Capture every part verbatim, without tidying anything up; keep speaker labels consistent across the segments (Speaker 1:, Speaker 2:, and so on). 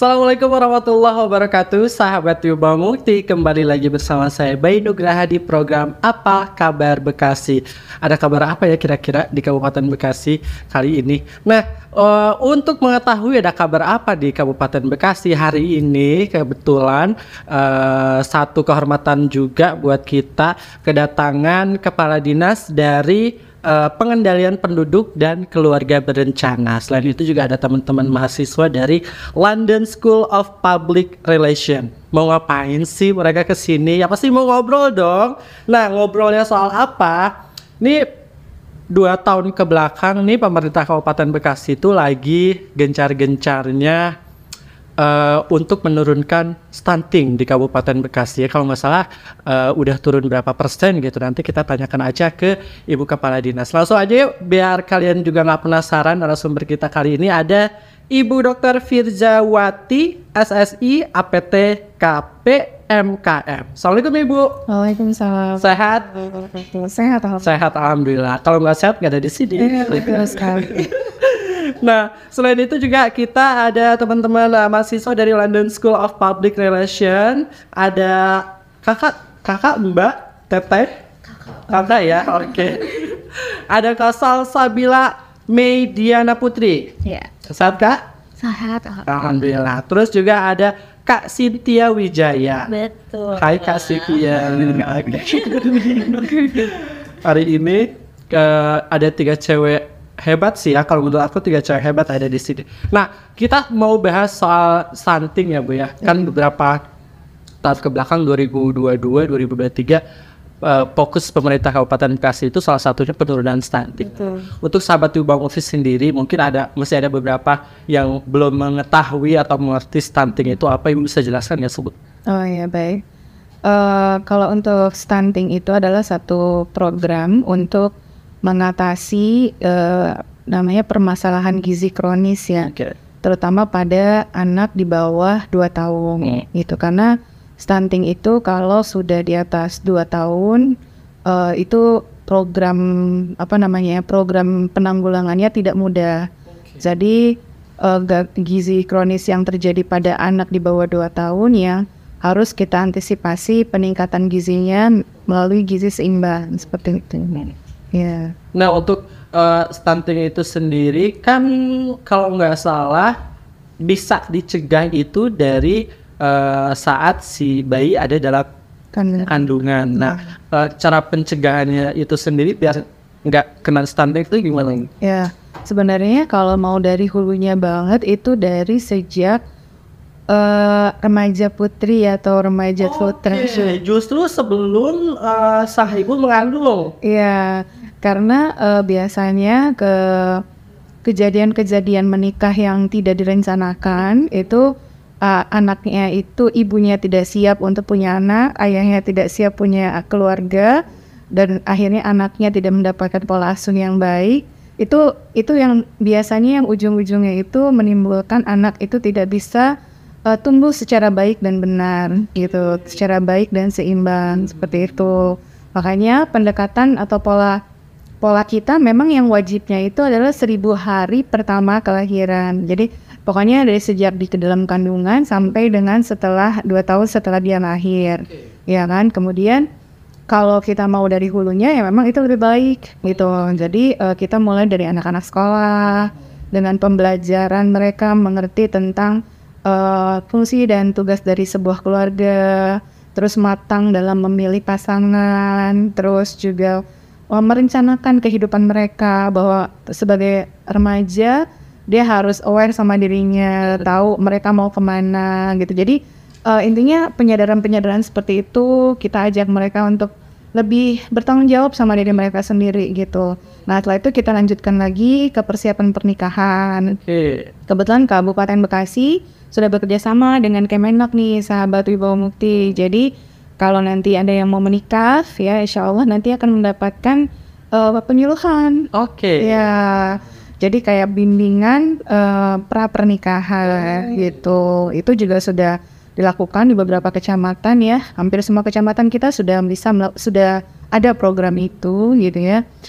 Speaker 1: Assalamualaikum warahmatullahi wabarakatuh. Sahabat Yuba Mukti, kembali lagi bersama saya Bayu Nugraha di program Apa Kabar Bekasi. Ada kabar apa ya kira-kira di Kabupaten Bekasi kali ini? Nah, uh, untuk mengetahui ada kabar apa di Kabupaten Bekasi hari ini, kebetulan uh, satu kehormatan juga buat kita kedatangan Kepala Dinas dari Uh, pengendalian penduduk dan keluarga berencana. Selain itu juga ada teman-teman mahasiswa dari London School of Public Relations. Mau ngapain sih mereka kesini? Ya pasti mau ngobrol dong. Nah, ngobrolnya soal apa? Nih dua tahun ke belakang nih pemerintah Kabupaten Bekasi itu lagi gencar-gencarnya Uh, untuk menurunkan stunting di Kabupaten Bekasi. Ya, kalau nggak salah uh, udah turun berapa persen gitu. Nanti kita tanyakan aja ke Ibu Kepala Dinas. Langsung aja yuk, biar kalian juga nggak penasaran. Narasumber kita kali ini ada Ibu Dokter Firzawati, S S I, A P T K P M K M. Assalamualaikum Ibu.
Speaker 2: Waalaikumsalam.
Speaker 1: Sehat?
Speaker 2: Sehat, alhamdulillah.
Speaker 1: Sehat, alhamdulillah. Kalau nggak sehat nggak ada di sini.
Speaker 2: Iya, betul sekali.
Speaker 1: Nah, selain itu juga kita ada teman-teman uh, mahasiswa dari London School of Public Relations. Ada kakak, kakak, mbak, teteh, kakak, kakak ya, oke. Okay. Ada Kak Salsabila Mediana Putri.
Speaker 2: Iya.
Speaker 1: Sehat Kak?
Speaker 2: Sehat,
Speaker 1: alhamdulillah. Terus juga ada Kak Cynthia Wijaya.
Speaker 2: Betul.
Speaker 1: Hai Kak Cynthia. Hari ini uh, ada tiga cewek hebat sih ya, kalau menurut aku tiga cewek hebat ada di sini. Nah, kita mau bahas soal stunting ya Bu ya. Kan beberapa tahun ke belakang dua ribu dua puluh dua dua ribu dua puluh tiga uh, fokus pemerintah Kabupaten Bekasi itu salah satunya penurunan stunting. Betul. Untuk sahabat Yuba Mukti sendiri mungkin ada masih ada beberapa yang belum mengetahui atau mengerti stunting itu apa, Ibu bisa jelaskan ya sebut?
Speaker 2: Oh ya, baik. Uh, kalau untuk stunting itu adalah satu program untuk mengatasi uh, namanya permasalahan gizi kronis ya, okay. Terutama pada anak di bawah dua tahun, hmm. gitu. Karena stunting itu kalau sudah di atas dua tahun uh, itu program apa namanya program penanggulangannya tidak mudah. Okay. Jadi uh, gizi kronis yang terjadi pada anak di bawah dua tahun ya harus kita antisipasi peningkatan gizinya melalui gizi seimbang seperti itu. Yeah.
Speaker 1: Nah, untuk uh, stunting itu sendiri kan kalau nggak salah bisa dicegah itu dari uh, saat si bayi ada dalam kandungan. kandungan. Nah, uh, cara pencegahannya itu sendiri biar nggak kena stunting itu gimana?
Speaker 2: Ya, yeah. Sebenarnya kalau mau dari hulunya banget itu dari sejak uh, remaja putri atau remaja
Speaker 1: oh,
Speaker 2: putra.
Speaker 1: Okay. Justru sebelum uh, sang ibu mengandung.
Speaker 2: Iya. Yeah. Karena uh, biasanya ke kejadian-kejadian menikah yang tidak direncanakan itu uh, anaknya itu ibunya tidak siap untuk punya anak, ayahnya tidak siap punya keluarga, dan akhirnya anaknya tidak mendapatkan pola asuh yang baik. Itu itu yang biasanya yang ujung-ujungnya itu menimbulkan anak itu tidak bisa uh, tumbuh secara baik dan benar gitu, secara baik dan seimbang seperti itu. Makanya pendekatan atau pola Pola kita memang yang wajibnya itu adalah seribu hari pertama kelahiran. Jadi pokoknya dari sejak di ke dalam kandungan sampai dengan setelah dua tahun setelah dia lahir. Okay. Ya kan? Kemudian kalau kita mau dari hulunya ya memang itu lebih baik gitu. Jadi uh, kita mulai dari anak-anak sekolah dengan pembelajaran mereka mengerti tentang uh, fungsi dan tugas dari sebuah keluarga, terus matang dalam memilih pasangan, terus juga merencanakan kehidupan mereka bahwa sebagai remaja dia harus aware sama dirinya, tahu mereka mau kemana gitu. Jadi uh, intinya penyadaran-penyadaran seperti itu kita ajak mereka untuk lebih bertanggung jawab sama diri mereka sendiri gitu. Nah setelah itu kita lanjutkan lagi ke persiapan pernikahan.
Speaker 1: Okay.
Speaker 2: Kebetulan Kabupaten Bekasi sudah bekerja sama dengan Kemenak nih sahabat Yuba Mukti. Jadi kalau nanti ada yang mau menikah, ya insya Allah nanti akan mendapatkan uh, penyuluhan.
Speaker 1: Oke. Okay.
Speaker 2: Ya, jadi kayak bimbingan uh, pra pernikahan gitu. Itu juga sudah dilakukan di beberapa kecamatan ya. Hampir semua kecamatan kita sudah bisa sudah ada program itu gitu ya.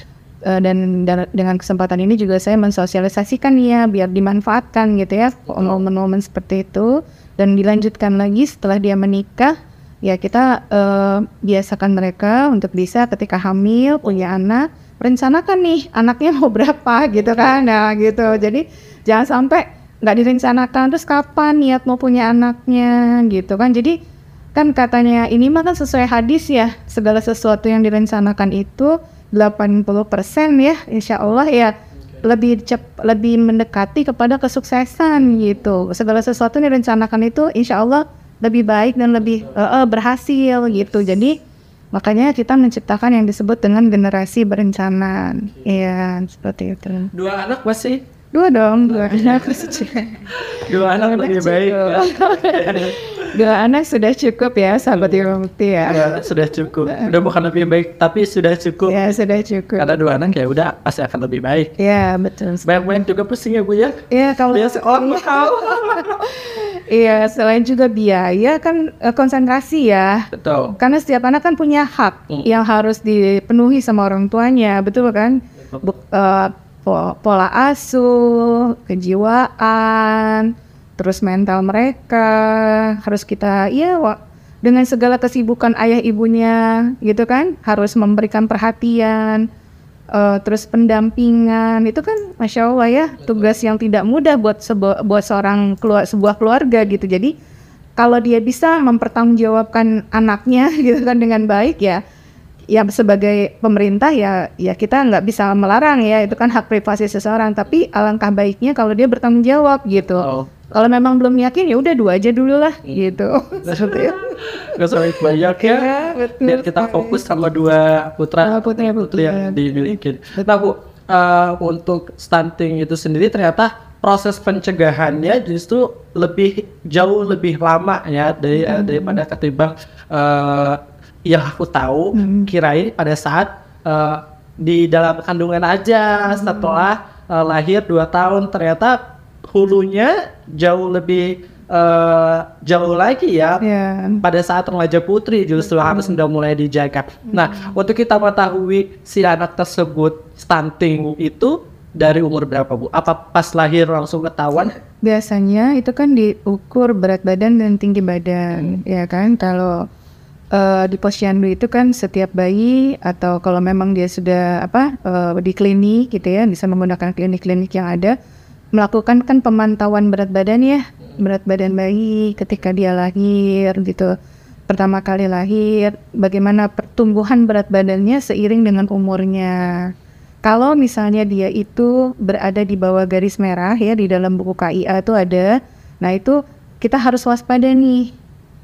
Speaker 2: uh, dan, dan dengan kesempatan ini juga saya mensosialisasikan ya biar dimanfaatkan gitu ya momen-momen seperti itu, dan dilanjutkan lagi setelah dia menikah ya kita uh, biasakan mereka untuk bisa ketika hamil punya anak rencanakan nih anaknya mau berapa gitu kan. Nah gitu, jadi jangan sampai nggak direncanakan terus kapan niat mau punya anaknya gitu kan. Jadi kan katanya ini mah kan sesuai hadis ya, segala sesuatu yang direncanakan itu delapan puluh persen ya insya Allah ya lebih cep, lebih mendekati kepada kesuksesan gitu. Segala sesuatu yang direncanakan itu insya Allah lebih baik dan lebih uh, uh, berhasil gitu. Jadi makanya kita menciptakan yang disebut dengan generasi berencana. Iya, seperti itu.
Speaker 1: Dua anak masih?
Speaker 2: Dua dong, dua anak.
Speaker 1: Dua anak lebih baik.
Speaker 2: Dua anak sudah cukup ya, sahabat Ilmu Mukti ya.
Speaker 1: Ya, sudah cukup. Udah bukan lebih baik, tapi sudah cukup.
Speaker 2: Ya, sudah cukup.
Speaker 1: Karena dua anak ya udah pasti akan lebih baik.
Speaker 2: Ya, betul.
Speaker 1: Banyak-banyak juga pusing ya Bu ya.
Speaker 2: Iya, kalau
Speaker 1: biasa orang tahu.
Speaker 2: Iya, selain juga biaya kan konsentrasi ya.
Speaker 1: Betul.
Speaker 2: Karena setiap anak kan punya hak hmm. yang harus dipenuhi sama orang tuanya, betul kan? Betul. Uh, pola asuh, kejiwaan, terus mental mereka harus kita ya dengan segala kesibukan ayah ibunya gitu kan, harus memberikan perhatian, uh, terus pendampingan, itu kan masya Allah ya tugas yang tidak mudah buat sebu- buat seorang keluar sebuah keluarga gitu. Jadi kalau dia bisa mempertanggungjawabkan anaknya gitu kan dengan baik ya. Ya sebagai pemerintah ya ya kita nggak bisa melarang ya, itu kan hak privasi seseorang, tapi alangkah baiknya kalau dia bertanggung jawab gitu. Oh. Kalau memang belum yakin ya udah dua aja dulu lah gitu.
Speaker 1: Nggak sampai banyak ya, ya biar kita fokus sama dua putra
Speaker 2: oh, putra, putra
Speaker 1: yang dimiliki. Nah Bu, uh, untuk stunting itu sendiri ternyata proses pencegahannya justru lebih jauh lebih lama ya dari hmm. daripada ketimbang uh, yang aku tahu, hmm. kirain pada saat uh, di dalam kandungan aja, hmm. setelah uh, lahir dua tahun, ternyata hulunya jauh lebih uh, jauh lagi ya. Yeah. Pada saat remaja putri justru hmm. harus sudah mulai dijaga. Hmm. Nah, untuk kita mengetahui si anak tersebut stunting itu dari umur berapa Bu? Apa pas lahir langsung ketahuan?
Speaker 2: Biasanya itu kan diukur berat badan dan tinggi badan, hmm. ya kan? Kalau Uh, di posyandu itu kan setiap bayi atau kalau memang dia sudah apa uh, di klinik gitu ya, bisa menggunakan klinik-klinik yang ada, melakukan kan pemantauan berat badan ya, berat badan bayi ketika dia lahir gitu, pertama kali lahir, bagaimana pertumbuhan berat badannya seiring dengan umurnya. Kalau misalnya dia itu berada di bawah garis merah ya, di dalam buku K I A itu ada, nah itu kita harus waspada nih.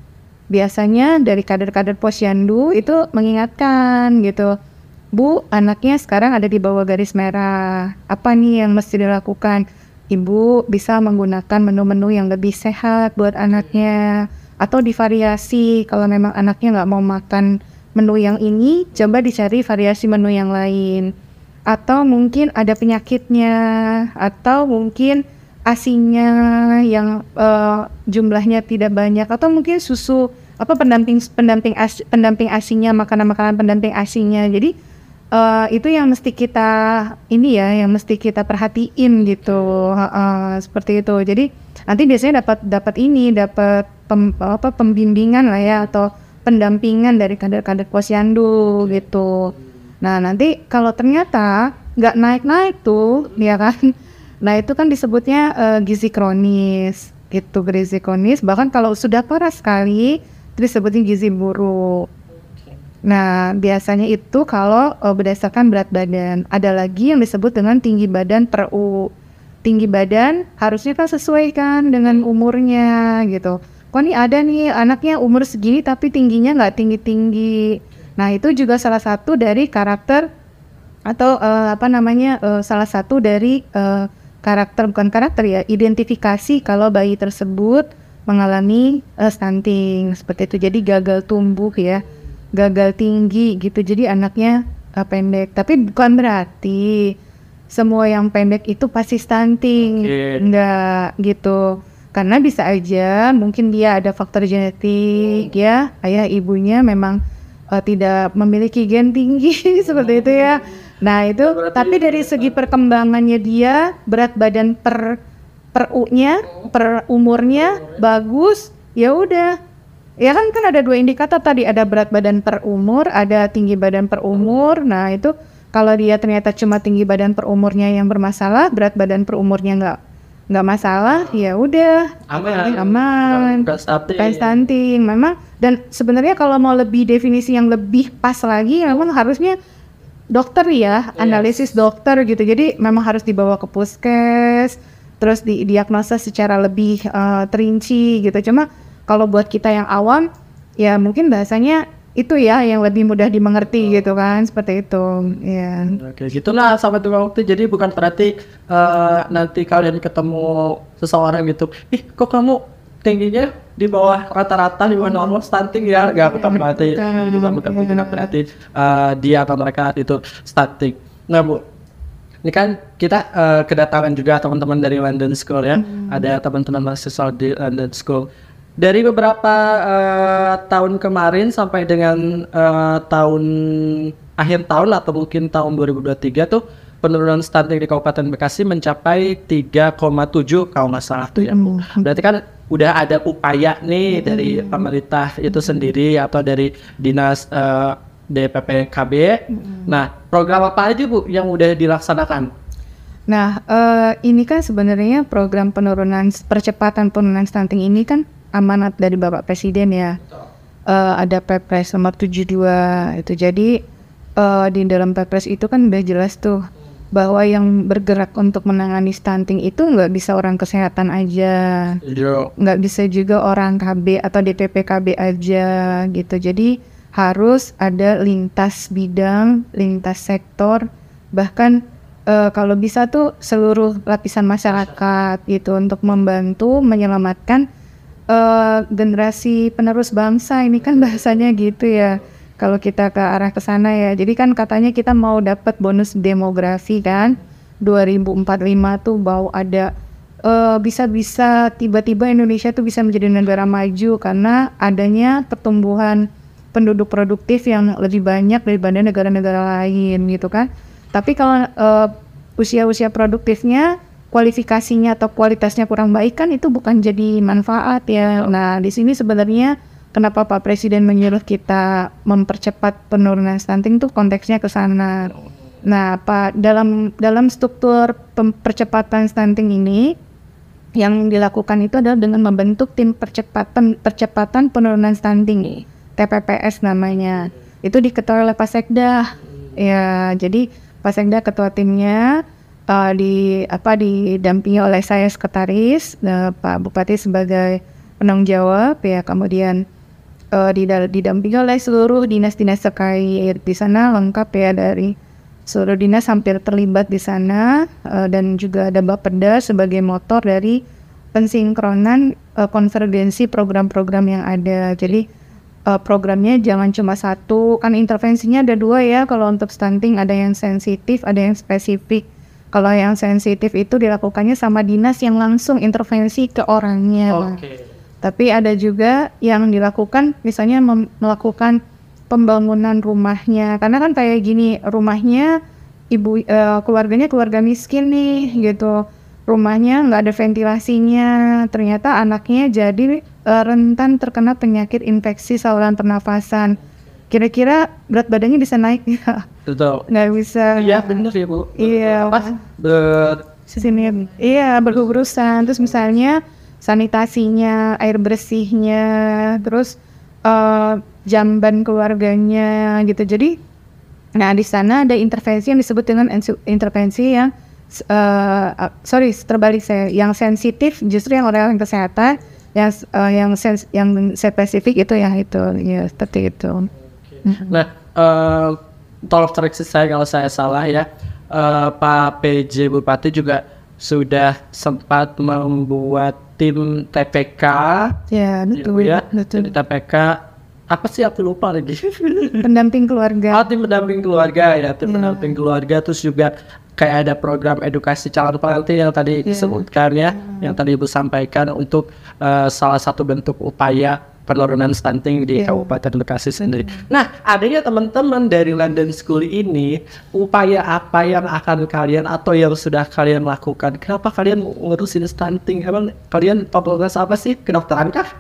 Speaker 2: Biasanya dari kader-kader posyandu itu mengingatkan gitu, Bu, anaknya sekarang ada di bawah garis merah, apa nih yang mesti dilakukan? Ibu bisa menggunakan menu-menu yang lebih sehat buat anaknya, atau divariasi kalau memang anaknya nggak mau makan menu yang ini, coba dicari variasi menu yang lain. Atau mungkin ada penyakitnya, atau mungkin asinya yang uh, jumlahnya tidak banyak, atau mungkin susu apa pendamping pendamping as, pendamping asinya, makanan-makanan pendamping asinya. Jadi uh, itu yang mesti kita ini ya, yang mesti kita perhatiin gitu, uh, uh, seperti itu. Jadi nanti biasanya dapat dapat ini, dapat pem, apa pembimbingan lah ya, atau pendampingan dari kader-kader posyandu gitu. Nah nanti kalau ternyata nggak naik-naik tuh, ya kan? Nah itu kan disebutnya uh, gizi kronis, gitu gizi kronis. Bahkan kalau sudah parah sekali, itu disebutnya gizi buruk. Nah biasanya itu kalau uh, berdasarkan berat badan. Ada lagi yang disebut dengan tinggi badan per U. Tinggi badan harusnya kan sesuai kan dengan umurnya gitu. Kok nih ada nih anaknya umur segini tapi tingginya nggak tinggi-tinggi. Nah itu juga salah satu dari karakter atau uh, apa namanya uh, salah satu dari uh, karakter, bukan karakter ya, identifikasi kalau bayi tersebut mengalami uh, stunting seperti itu. Jadi gagal tumbuh ya, gagal tinggi gitu, jadi anaknya uh, pendek. Tapi bukan berarti semua yang pendek itu pasti stunting, okay. Enggak gitu, karena bisa aja mungkin dia ada faktor genetik ya, ayah ibunya memang uh, tidak memiliki gen tinggi seperti itu ya. Nah itu,
Speaker 1: Berarti-
Speaker 2: tapi dari segi perkembangannya dia, berat badan per per U-nya, per umurnya bagus, ya udah. Ya kan kan ada dua indikator tadi, ada berat badan per umur, ada tinggi badan per umur. Nah itu kalau dia ternyata cuma tinggi badan per umurnya yang bermasalah, berat badan per umurnya nggak nggak masalah, ya udah
Speaker 1: Aman.
Speaker 2: aman.
Speaker 1: Bukan stunting.
Speaker 2: Bukan stunting, memang. Dan sebenarnya kalau mau lebih definisi yang lebih pas lagi, memang harusnya dokter ya, analisis dokter gitu. Jadi memang harus dibawa ke puskes, terus didiagnosa secara lebih eh, terinci gitu. Cuma kalau buat kita yang awam, ya mungkin bahasanya itu ya yang lebih mudah dimengerti gitu kan, seperti itu. Ya.
Speaker 1: Oke, gitulah sahabat tukang waktu. Jadi bukan berarti eh, nanti kalian ketemu seseorang gitu, ih kok kamu tingginya di bawah rata-rata di bawah normal stunting ya, nggak bukan berarti, bukan bukan bukan berarti eh, dia atau mereka itu stunting. Nah Bu, ini kan kita eh, kedatangan juga teman-teman dari London School ya, ada teman-teman mahasiswa di London School. Dari beberapa eh, tahun kemarin sampai dengan eh, tahun akhir tahun atau mungkin tahun dua ribu dua puluh tiga tuh penurunan stunting di Kabupaten Bekasi mencapai tiga koma tujuh kalau nggak salah tuh ya Bu. Berarti kan udah ada upaya nih dari pemerintah itu sendiri atau dari dinas eh, D P P K B. Nah, program apa aja Bu yang udah dilaksanakan?
Speaker 2: Nah, eh, ini kan sebenarnya program penurunan percepatan penurunan stunting ini kan amanat dari Bapak Presiden ya. Eh, ada Perpres nomor tujuh puluh dua itu. Jadi eh, di dalam Perpres itu kan udah jelas tuh bahwa yang bergerak untuk menangani stunting itu nggak bisa orang kesehatan aja,
Speaker 1: Yo.
Speaker 2: nggak bisa juga orang K B atau D P P K B aja gitu. Jadi harus ada lintas bidang, lintas sektor, bahkan Uh, kalau bisa tuh seluruh lapisan masyarakat gitu untuk membantu menyelamatkan uh, generasi penerus bangsa. Ini kan bahasanya gitu ya kalau kita ke arah ke sana ya. Jadi kan katanya kita mau dapat bonus demografi kan dua ribu empat puluh lima tuh mau ada uh, bisa-bisa tiba-tiba Indonesia tuh bisa menjadi negara maju karena adanya pertumbuhan penduduk produktif yang lebih banyak daripada negara-negara lain gitu kan. Tapi kalau uh, usia-usia produktifnya, kualifikasinya atau kualitasnya kurang baik kan itu bukan jadi manfaat ya. Nah di sini sebenarnya kenapa Pak Presiden menyuruh kita mempercepat penurunan stunting tuh konteksnya ke sana. Nah Pak dalam dalam struktur percepatan stunting ini yang dilakukan itu adalah dengan membentuk tim percepatan percepatan penurunan stunting, T P P S namanya. Itu diketuai oleh Pak Sekda. Ya jadi Pak Sekda ketua timnya, uh, di apa didampingi oleh saya sekretaris, uh, Pak Bupati sebagai penanggung jawab ya, kemudian uh, didampingi oleh seluruh dinas-dinas terkait di sana lengkap ya, dari seluruh dinas hampir terlibat di sana, uh, dan juga ada Bapeda sebagai motor dari pensinkronan uh, konvergensi program-program yang ada. Jadi Uh, programnya jangan cuma satu, kan intervensinya ada dua ya. Kalau untuk stunting ada yang sensitif, ada yang spesifik. Kalau yang sensitif itu dilakukannya sama dinas yang langsung intervensi ke orangnya.
Speaker 1: Oke.
Speaker 2: Tapi ada juga yang dilakukan misalnya mem- melakukan pembangunan rumahnya. Karena kan kayak gini, rumahnya ibu uh, keluarganya keluarga miskin nih gitu. Rumahnya nggak ada ventilasinya, ternyata anaknya jadi uh, rentan terkena penyakit infeksi saluran pernafasan. Kira-kira berat badannya bisa naik ya?
Speaker 1: Betul.
Speaker 2: Nggak bisa.
Speaker 1: Iya benar ya Bu.
Speaker 2: Iya.
Speaker 1: Pas ber
Speaker 2: Sini, iya berurusan. Terus misalnya sanitasinya, air bersihnya, terus uh, jamban keluarganya gitu. Jadi, nah di sana ada intervensi yang disebut dengan intervensi yang Uh, uh, sorry terbalik saya, yang sensitif justru yang orang kesehatan, yang uh, yang sens yang spesifik itu ya itu ya seperti itu.
Speaker 1: Nah, uh, tolong koreksi saya kalau saya salah ya. Uh, Pak P J Bupati juga sudah sempat membuat tim T P K.
Speaker 2: Ya betul
Speaker 1: ya.
Speaker 2: betul.
Speaker 1: T P K apa sih, aku lupa lagi.
Speaker 2: Pendamping keluarga.
Speaker 1: Oh, tim pendamping keluarga ya, tim
Speaker 2: yeah.
Speaker 1: pendamping keluarga, terus juga kayak ada program edukasi calon pengantin yang tadi
Speaker 2: yeah.
Speaker 1: disebutkan ya, yeah. yang tadi Ibu sampaikan untuk uh, salah satu bentuk upaya penurunan stunting di
Speaker 2: Iya.
Speaker 1: Kabupaten Bekasi sendiri. Nah, adanya teman-teman dari London School ini, upaya apa yang akan kalian atau yang sudah kalian lakukan? Kenapa kalian ngurusin stunting? Emang kalian fakultas apa sih? Kedokteran kah?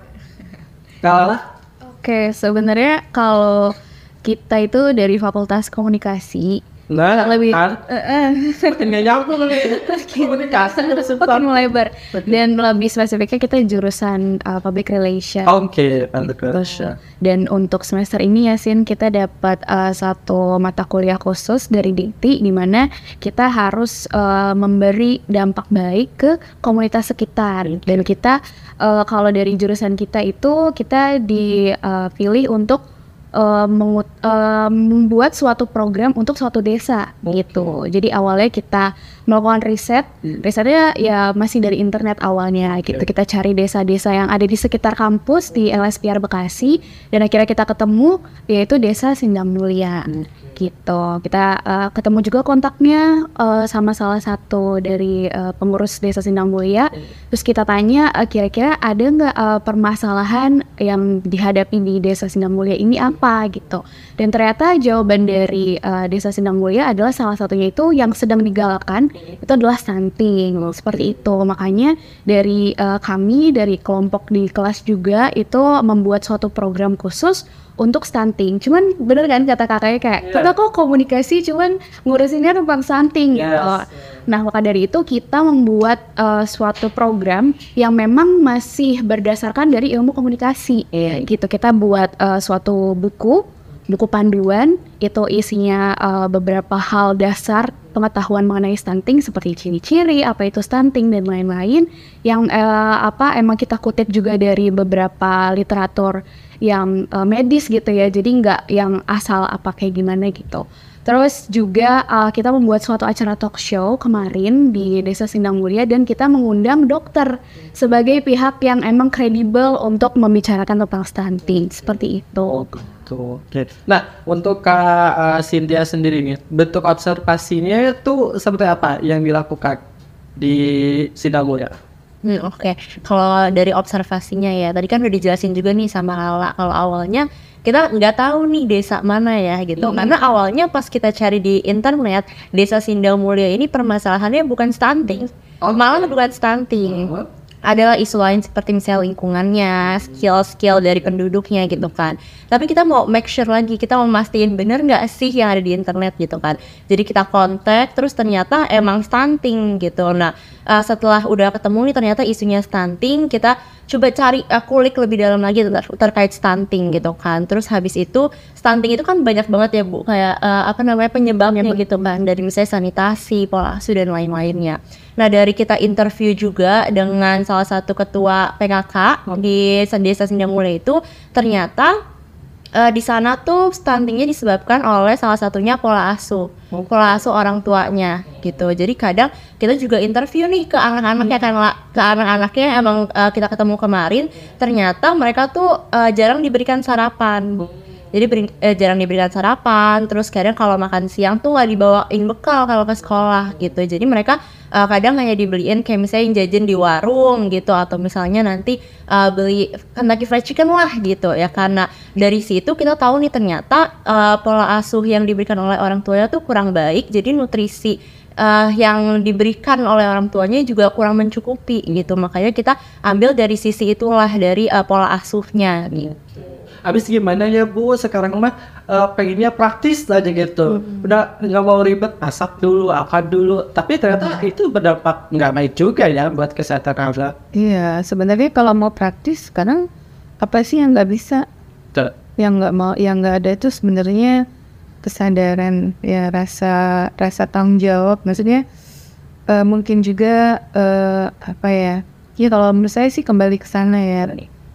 Speaker 1: Kalah?
Speaker 2: Oke, sebenarnya kalau kita itu dari Fakultas Komunikasi,
Speaker 1: Nah,
Speaker 2: lebih
Speaker 1: kan?
Speaker 2: eh, eh,
Speaker 1: Nggak nyambung nih. Komunikasi terus
Speaker 2: makin melebar, dan lebih spesifiknya kita jurusan uh, Public Relation.
Speaker 1: Oke, pantas.
Speaker 2: Dan untuk semester ini Yasin, kita dapat uh, satu mata kuliah khusus dari Dikti, di mana kita harus uh, memberi dampak baik ke komunitas sekitar. Dan kita uh, kalau dari jurusan kita itu kita dipilih untuk Uh, mengut- uh, membuat suatu program untuk suatu desa gitu. Jadi awalnya kita melakukan riset, risetnya ya masih dari internet awalnya gitu. Kita cari desa-desa yang ada di sekitar kampus di L S P R Bekasi, dan akhirnya kita ketemu yaitu Desa Sindang Mulia gitu. Kita uh, ketemu juga kontaknya uh, sama salah satu dari uh, pengurus Desa Sindang Mulia. Terus kita tanya uh, kira-kira ada nggak uh, permasalahan yang dihadapi di Desa Sindang Mulia ini apa gitu. Dan ternyata jawaban dari uh, Desa Sindang Mulia adalah salah satunya itu yang sedang digalakkan itu adalah stunting, seperti itu. Makanya dari uh, kami dari kelompok di kelas juga itu membuat suatu program khusus untuk stunting. Cuman bener kan kata kakaknya kayak
Speaker 1: Yes.
Speaker 2: kita kok komunikasi cuman ngurusinnya tentang stunting gitu.
Speaker 1: Yes.
Speaker 2: Nah, maka dari itu kita membuat uh, suatu program yang memang masih berdasarkan dari ilmu komunikasi. Ya, gitu. Kita buat uh, suatu buku, buku panduan, itu isinya uh, beberapa hal dasar pengetahuan mengenai stunting seperti ciri-ciri, apa itu stunting dan lain-lain, yang uh, apa emang kita kutip juga dari beberapa literatur yang uh, medis gitu ya. Jadi nggak yang asal apa kayak gimana gitu. Terus juga uh, kita membuat suatu acara talk show kemarin di Desa Sindang Mulia, dan kita mengundang dokter sebagai pihak yang emang kredibel untuk membicarakan tentang stunting, seperti itu.
Speaker 1: Tuh, oke. Nah, untuk Kak uh, Cynthia sendiri nih, bentuk observasinya itu seperti apa yang dilakukan di Sindang Mulia?
Speaker 3: Hmm, Oke, kalau dari observasinya ya, tadi kan udah dijelasin juga nih sama Lala, kalau awalnya kita nggak tahu nih desa mana ya gitu, karena awalnya pas kita cari di internet, Desa Sindang Mulia ini permasalahannya bukan stunting, malah bukan stunting. Adalah isu lain seperti misalnya lingkungannya, skill-skill dari penduduknya gitu kan. Tapi kita mau make sure lagi, kita mau mastiin bener nggak sih yang ada di internet gitu kan. Jadi kita kontak, terus ternyata emang stunting gitu. Nah uh, setelah udah ketemu nih ternyata isunya stunting, kita coba cari uh, kulik lebih dalam lagi ter- terkait stunting gitu kan. Terus habis itu stunting itu kan banyak banget ya Bu, kayak uh, apa namanya penyebabnya gitu kan, dari misalnya sanitasi, pola asuh dan lain-lainnya. Nah dari kita interview juga dengan salah satu ketua P K K di Desa Sindang Mulia itu, ternyata uh, di sana tuh stuntingnya disebabkan oleh salah satunya pola asuh, pola asuh orang tuanya gitu. Jadi kadang kita juga interview nih ke anak-anaknya kan, La. Ke anak-anaknya emang uh, kita ketemu kemarin, ternyata mereka tuh uh, jarang diberikan sarapan. Jadi beri, eh, jarang diberikan sarapan, terus kadang kalau makan siang tuh nggak dibawain bekal kalau ke sekolah gitu. Jadi mereka uh, kadang hanya dibeliin kayak misalnya jajan di warung gitu, atau misalnya nanti uh, beli Kentucky Fried Chicken lah gitu ya. Karena dari situ kita tahu nih ternyata uh, pola asuh yang diberikan oleh orang tuanya tuh kurang baik, jadi nutrisi uh, yang diberikan oleh orang tuanya juga kurang mencukupi gitu. Makanya kita ambil dari sisi itulah, dari uh, pola asuhnya gitu.
Speaker 1: Habis gimana ya Bu, sekarang mah uh, pengennya praktis aja gitu. Udah nggak mau ribet, masak dulu, apa dulu. Tapi ternyata itu berdampak nggak baik juga ya buat kesehatan Anda.
Speaker 2: Iya, sebenarnya kalau mau praktis, kadang apa sih yang nggak bisa,
Speaker 1: Tuh.
Speaker 2: yang nggak mau, yang nggak ada itu sebenarnya kesadaran, ya rasa rasa tanggung jawab. Maksudnya eh, mungkin juga eh, apa ya? Ya kalau menurut saya sih kembali ke sana ya.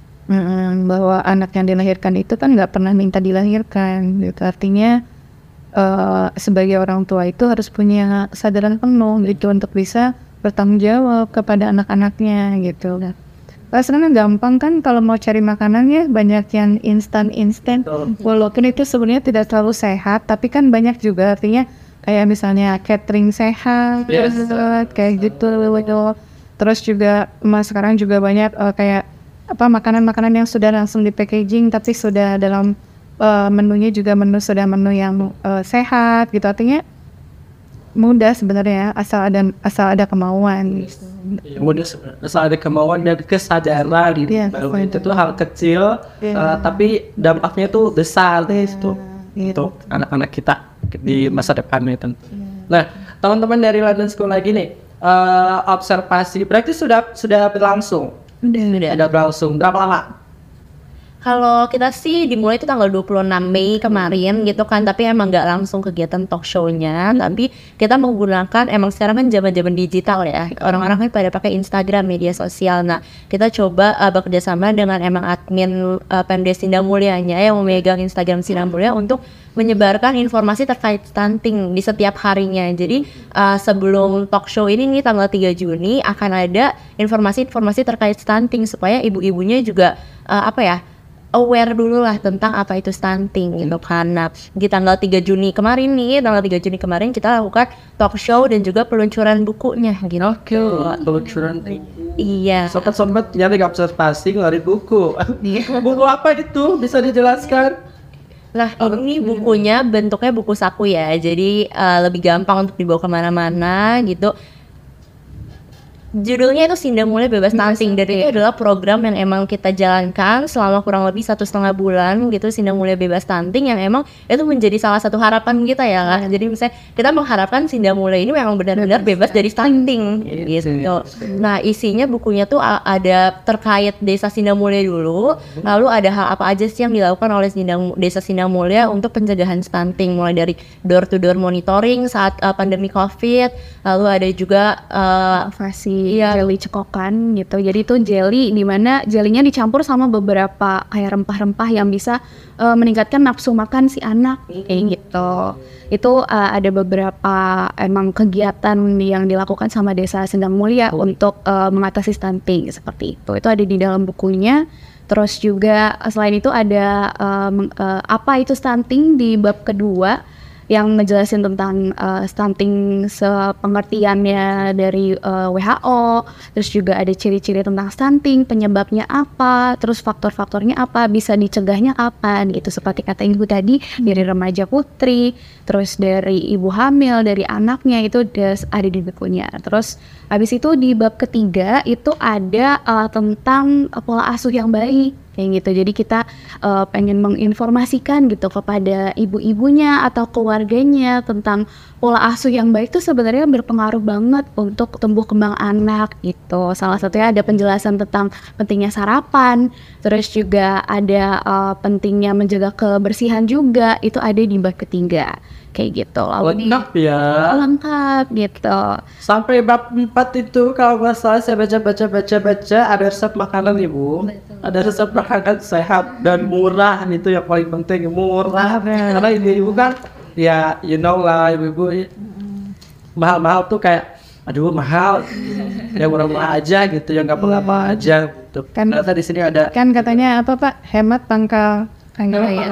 Speaker 2: Mm, bahwa anak yang dilahirkan itu kan nggak pernah minta dilahirkan, gitu. Artinya uh, sebagai orang tua itu harus punya kesadaran penuh gitu untuk bisa bertanggung jawab kepada anak-anaknya gitu. Rasanya gampang kan kalau mau cari makanan ya, banyak yang instan-instan, walaupun itu sebenarnya tidak terlalu sehat, tapi kan banyak juga, artinya kayak misalnya catering sehat,
Speaker 1: Yes.
Speaker 2: kayak gitu. Terus juga mas sekarang juga banyak uh, kayak apa makanan-makanan yang sudah langsung di packaging tapi sudah dalam uh, menunya juga menu sudah menu yang uh, sehat gitu, artinya mudah sebenarnya asal ada asal ada kemauan.
Speaker 1: Ya, mudah sebenarnya asal ada kemauan dan kesadaran gitu.
Speaker 2: Iya,
Speaker 1: Baru
Speaker 2: kesadaran.
Speaker 1: itu tuh hal kecil,
Speaker 2: Iya.
Speaker 1: uh, tapi dampaknya tuh besar gitu
Speaker 2: Iya.
Speaker 1: untuk anak-anak kita di masa depannya tentu. Nah, teman-teman dari London School lagi nih, uh, observasi berarti sudah sudah berlangsung,
Speaker 3: Udah, udah.
Speaker 1: sudah berlangsung berapa lama?
Speaker 3: Kalau kita sih dimulai itu tanggal dua puluh enam Mei kemarin gitu kan, tapi emang nggak langsung kegiatan talk show-nya, tapi kita menggunakan, emang sekarang kan zaman-zaman digital ya, orang-orang kan pada pakai Instagram, media sosial. Nah, kita coba uh, bekerja sama dengan emang admin uh, Pemda Sindang Mulyanya yang memegang Instagram Sindang Mulia untuk menyebarkan informasi terkait stunting di setiap harinya. Jadi uh, sebelum talk show ini nih tanggal tiga Juni akan ada informasi-informasi terkait stunting supaya ibu-ibunya juga uh, apa ya, aware dulu lah tentang apa itu stunting gitu kan. Nah, di tanggal tiga Juni kemarin nih, tanggal tiga Juni kemarin kita lakukan talk show dan juga peluncuran bukunya gitu.
Speaker 1: Oke, peluncuran.
Speaker 3: Iya.
Speaker 1: Sobat-sobat nyari observasi ngeluarin buku. Buku apa itu? Bisa dijelaskan?
Speaker 3: Nah, ini bukunya bentuknya buku saku ya, jadi uh, lebih gampang untuk dibawa kemana-mana gitu. Judulnya itu Sindang Mulia Bebas Stunting, dan itu adalah program yang emang kita jalankan selama kurang lebih satu setengah bulan gitu, Sindang Mulia Bebas Stunting, yang emang itu menjadi salah satu harapan kita ya kan. Jadi misalnya kita mengharapkan Sindang Mulia ini memang benar-benar bebas dari stunting gitu. Nah, isinya bukunya tuh a- ada terkait Desa Sindang Mulia dulu, lalu ada hal apa aja sih yang dilakukan oleh Sindang, Desa Sindang Mulia untuk pencegahan stunting, mulai dari door to door monitoring saat uh, pandemi COVID, lalu ada juga uh,
Speaker 2: Inovasi
Speaker 3: Iya.
Speaker 2: jelly cekokan gitu. Jadi itu jelly di mana jelinya dicampur sama beberapa kayak rempah-rempah yang bisa uh, meningkatkan nafsu makan si anak kayak gitu. Itu uh, ada beberapa emang kegiatan yang dilakukan sama Desa Sindang Mulia untuk uh, mengatasi stunting seperti itu. Itu ada di dalam bukunya. Terus juga uh, selain itu ada um, uh, apa itu stunting di bab kedua yang ngejelasin tentang uh, stunting sepengertiannya dari uh, W H O, terus juga ada ciri-ciri tentang stunting, penyebabnya apa, terus faktor-faktornya apa, bisa dicegahnya kapan gitu, seperti kata ibu tadi, dari remaja putri, terus dari ibu hamil, dari anaknya, itu udah ada di bukunya. Terus habis itu di bab ketiga itu ada uh, tentang uh, pola asuh yang baik kayak gitu. Jadi kita uh, pengen menginformasikan gitu kepada ibu-ibunya atau keluarganya tentang pola asuh yang baik itu sebenarnya berpengaruh banget untuk tumbuh kembang anak gitu. Salah satunya ada penjelasan tentang pentingnya sarapan, terus juga ada uh, pentingnya menjaga kebersihan juga, itu ada di bab ketiga kayak gitu. Lalu
Speaker 1: Lengkap ya.
Speaker 2: lengkap gitu.
Speaker 1: Sampai bab empat itu kalau nggak salah saya baca-baca-baca-baca ada resep makanan ibu. Ada resep makanan sehat dan murah, itu yang paling penting, murah. Karena ibu-ibu kan ya you know lah, ibu-ibu mahal-mahal tuh kayak aduh mahal, yang murah-murah aja gitu, yang gampang-gampang aja gitu.
Speaker 2: Kan-
Speaker 1: Ternyata di sini ada
Speaker 2: Kan katanya apa Pak? Hemat pangkal pangkal ya.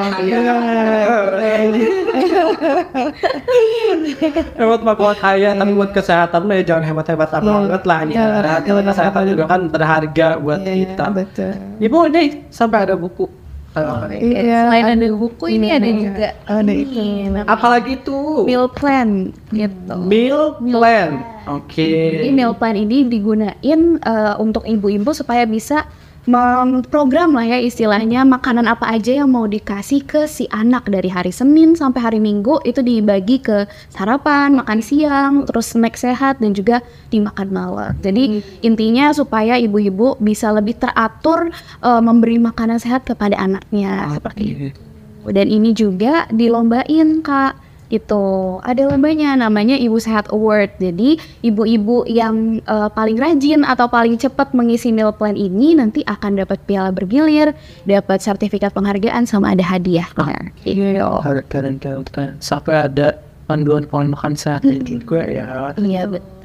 Speaker 1: hemat mah buat kaya, tapi buat kesehatan mah ya jangan hemat-hemat banget lah ya.
Speaker 2: Jangan.
Speaker 1: Kalau kesehatan juga kan berharga buat kita.
Speaker 2: Betul.
Speaker 1: Ibu ini sampai ada buku.
Speaker 2: Iya.
Speaker 3: selain ada buku ini ada juga
Speaker 2: Ada itu.
Speaker 3: ini,
Speaker 1: Apalagi tuh
Speaker 2: Meal plan gitu.
Speaker 1: meal plan. Oke.
Speaker 2: Jadi meal plan ini digunain uh, untuk ibu-ibu supaya bisa memprogram lah ya istilahnya makanan apa aja yang mau dikasih ke si anak dari hari Senin sampai hari Minggu, itu dibagi ke sarapan, makan siang, terus snack sehat dan juga dimakan malam. Jadi intinya supaya ibu-ibu bisa lebih teratur uh, memberi makanan sehat kepada anaknya seperti itu. Dan ini juga dilombain Kak. Itu ada lombanya namanya Ibu Sehat Award. Jadi ibu-ibu yang uh, paling rajin atau paling cepat mengisi meal plan ini nanti akan dapat piala bergilir, dapat sertifikat penghargaan sama ada hadiah. Gitu.
Speaker 1: Harga dan keuntungan. Sampai ada panduan pola makan sehat itu gue ya.
Speaker 3: iya betul.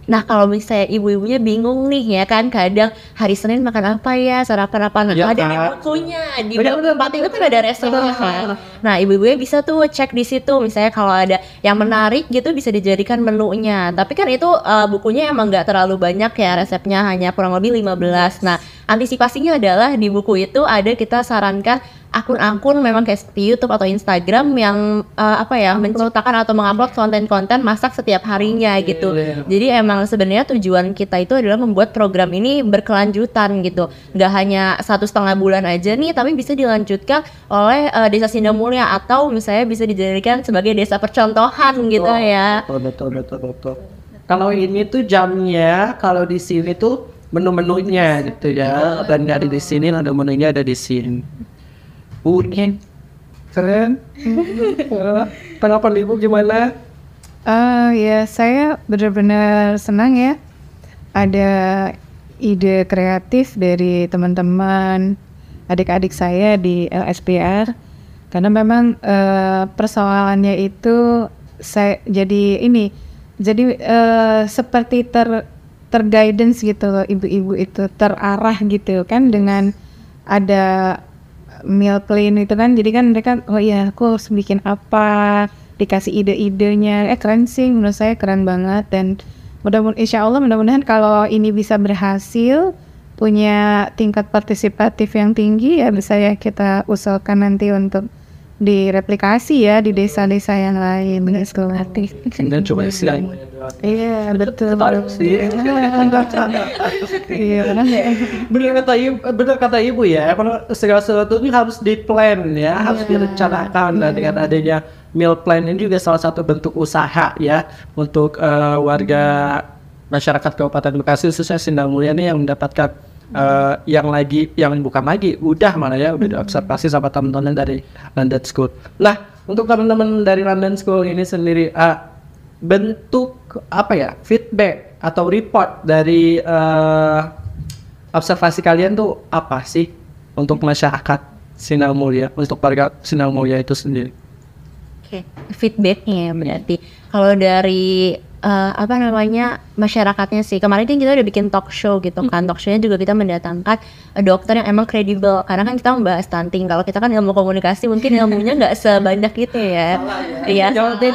Speaker 3: Nah kalau misalnya ibu-ibunya bingung nih ya kan, kadang hari Senin makan apa ya, sarapan apa, nah
Speaker 1: Ya,
Speaker 3: ada
Speaker 1: kan?
Speaker 3: bukunya di tempat itu kan ada resepnya kan. Nah ibu-ibunya bisa tuh cek di situ, misalnya kalau ada yang menarik gitu bisa dijadikan menunya. Tapi kan itu uh, bukunya emang nggak terlalu banyak ya, resepnya hanya kurang lebih lima belas. Nah antisipasinya adalah di buku itu ada kita sarankan akun-akun memang kayak seperti YouTube atau Instagram yang uh, apa ya menceritakan atau mengupload konten-konten masak setiap harinya gitu. Jadi emang sebenarnya tujuan kita itu adalah membuat program ini berkelanjutan gitu. Nggak hanya satu setengah bulan aja nih, tapi bisa dilanjutkan oleh uh, Desa Sindang Mulia atau misalnya bisa dijadikan sebagai desa percontohan gitu
Speaker 1: Oh,
Speaker 3: ya.
Speaker 1: betul betul betul betul. Kalau ini tuh jamnya, kalau di sini tuh menu-menunya gitu ya, dan dari di sini ada menunya ada di sini. Mungkin keren. Tanggapan ibu gimana?
Speaker 2: Ah ya, saya benar-benar senang ya ada ide kreatif dari teman-teman adik-adik saya di L S P R, karena memang eh, persoalannya itu saya jadi ini jadi eh, seperti ter terguidance gitu loh, ibu-ibu itu terarah gitu kan dengan ada meal plan itu kan, jadi kan mereka oh iya aku harus bikin apa, dikasih ide-idenya. Eh keren sih, menurut saya keren banget. Dan mudah-mudahan insya Allah mudah-mudahan kalau ini bisa berhasil punya tingkat partisipatif yang tinggi ya, bisa ya kita usulkan nanti untuk direplikasi ya di desa-desa yang lain dengan skolatif.
Speaker 1: Dan coba silang.
Speaker 2: Iya betul.
Speaker 1: sih.
Speaker 2: Iya benar.
Speaker 1: Benar kata ibu, benar kata ibu ya. Kalau segala sesuatu ini harus di plan ya, harus direncanakan. Dan dengan adanya meal plan ini juga salah satu bentuk usaha ya untuk eh, warga masyarakat Kabupaten Bekasi khususnya Sindang Mulia ini yang mendapatkan Uh, yang lagi, yang bukan lagi, udah mana ya, udah diobservasi sama teman-teman dari London School. Nah, untuk teman-teman dari London School ini sendiri, uh, bentuk apa ya, feedback atau report dari uh, observasi kalian tuh apa sih untuk masyarakat Sindang Mulia, untuk warga Sindang Mulia itu sendiri?
Speaker 3: Oke, feedbacknya ya berarti. Kalau dari uh, apa namanya masyarakatnya sih, kemarin kan kita udah bikin talk show gitu kan. Talk show-nya juga kita mendatangkan uh, dokter yang emang kredibel, karena kan kita membahas stunting. Kalau kita kan ilmu komunikasi mungkin ilmunya nggak sebanyak itu ya. Iya.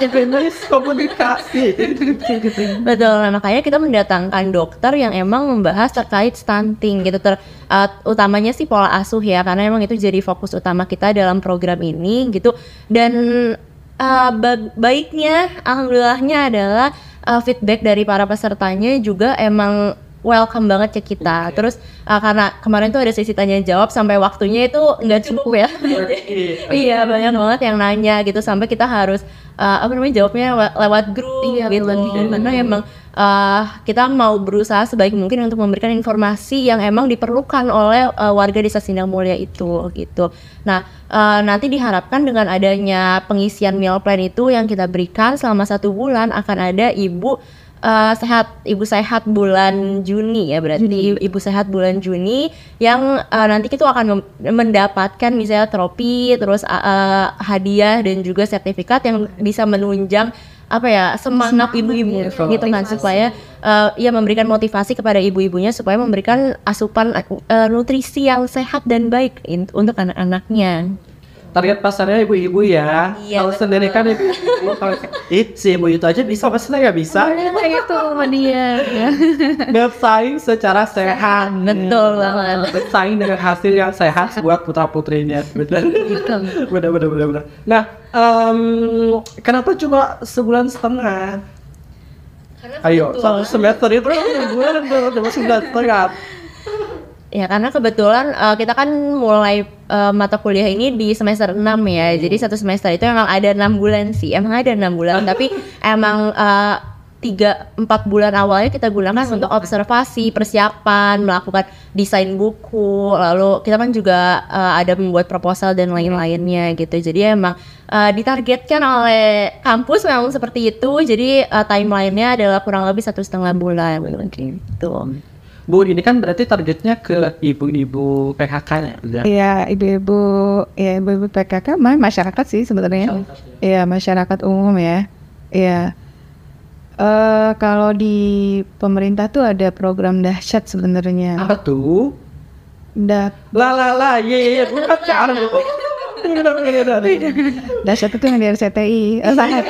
Speaker 1: Komunikasi.
Speaker 3: Betul, nah, makanya kita mendatangkan dokter yang emang membahas terkait stunting gitu. Ter, uh, utamanya sih pola asuh ya, karena emang itu jadi fokus utama kita dalam program ini gitu. Dan Uh, ba- baiknya, alhamdulillahnya adalah uh, feedback dari para pesertanya juga emang welcome banget ke kita. Terus uh, karena kemarin tuh ada sesi tanya jawab sampai waktunya itu nggak cukup ya. Iya banyak banget yang nanya gitu sampai kita harus uh, apa namanya jawabnya lew- lewat grup
Speaker 2: Iya,
Speaker 3: gitu. Karena emang uh, kita mau berusaha sebaik mungkin untuk memberikan informasi yang emang diperlukan oleh uh, warga Desa Sindang Mulia itu gitu. Nah uh, nanti diharapkan dengan adanya pengisian meal plan itu yang kita berikan selama satu bulan akan ada ibu Uh, sehat, ibu sehat bulan Juni ya berarti Juni. Ibu sehat bulan Juni yang uh, nanti kita akan mem- mendapatkan misalnya trofi, terus uh, uh, hadiah dan juga sertifikat yang bisa menunjang apa ya semangat ibu-ibu gitu kan, supaya uh, ya memberikan motivasi kepada ibu-ibunya supaya memberikan asupan uh, nutrisi yang sehat dan baik in- untuk anak-anaknya.
Speaker 1: Target pasarnya ibu-ibu ya.
Speaker 3: Iya,
Speaker 1: Kalau sendiri kan ibu-ibu kalau it si ibu itu aja bisa, pasti nggak bisa.
Speaker 2: Itu sama dia. Ya.
Speaker 1: Bersaing secara sehat.
Speaker 3: Betul banget.
Speaker 1: Bersaing dengan hasil yang sehat buat putra putrinya. Benar. Benar benar benar benar. Nah, um, kenapa cuma sebulan setengah? Ayo, satu semester itu bulan cuma sebulan setengah.
Speaker 3: Ya karena kebetulan uh, kita kan mulai uh, mata kuliah ini di semester enam ya. Jadi satu semester itu emang ada enam bulan sih. Emang ada enam bulan tapi emang uh, tiga empat bulan awalnya kita gunakan untuk observasi, persiapan, melakukan desain buku, lalu kita kan juga uh, ada membuat proposal dan lain-lainnya gitu. Jadi emang uh, ditargetkan oleh kampus memang seperti itu. Jadi uh, timelinenya adalah kurang lebih satu setengah bulan gitu.
Speaker 1: Bu, ini kan berarti targetnya ke ibu-ibu P K K ya?
Speaker 2: Iya, ibu-ibu, ya ibu-ibu P K K, mah masyarakat sih sebenarnya. Iya, masyarakat umum ya. Iya. Eh, kalau di pemerintah tuh ada program dahsyat sebenarnya.
Speaker 1: Apa tuh?
Speaker 2: Da-
Speaker 1: La la la, ye ye ye, bukan cara.
Speaker 2: dahsyat itu yang dari R C T I. Eh, sangat.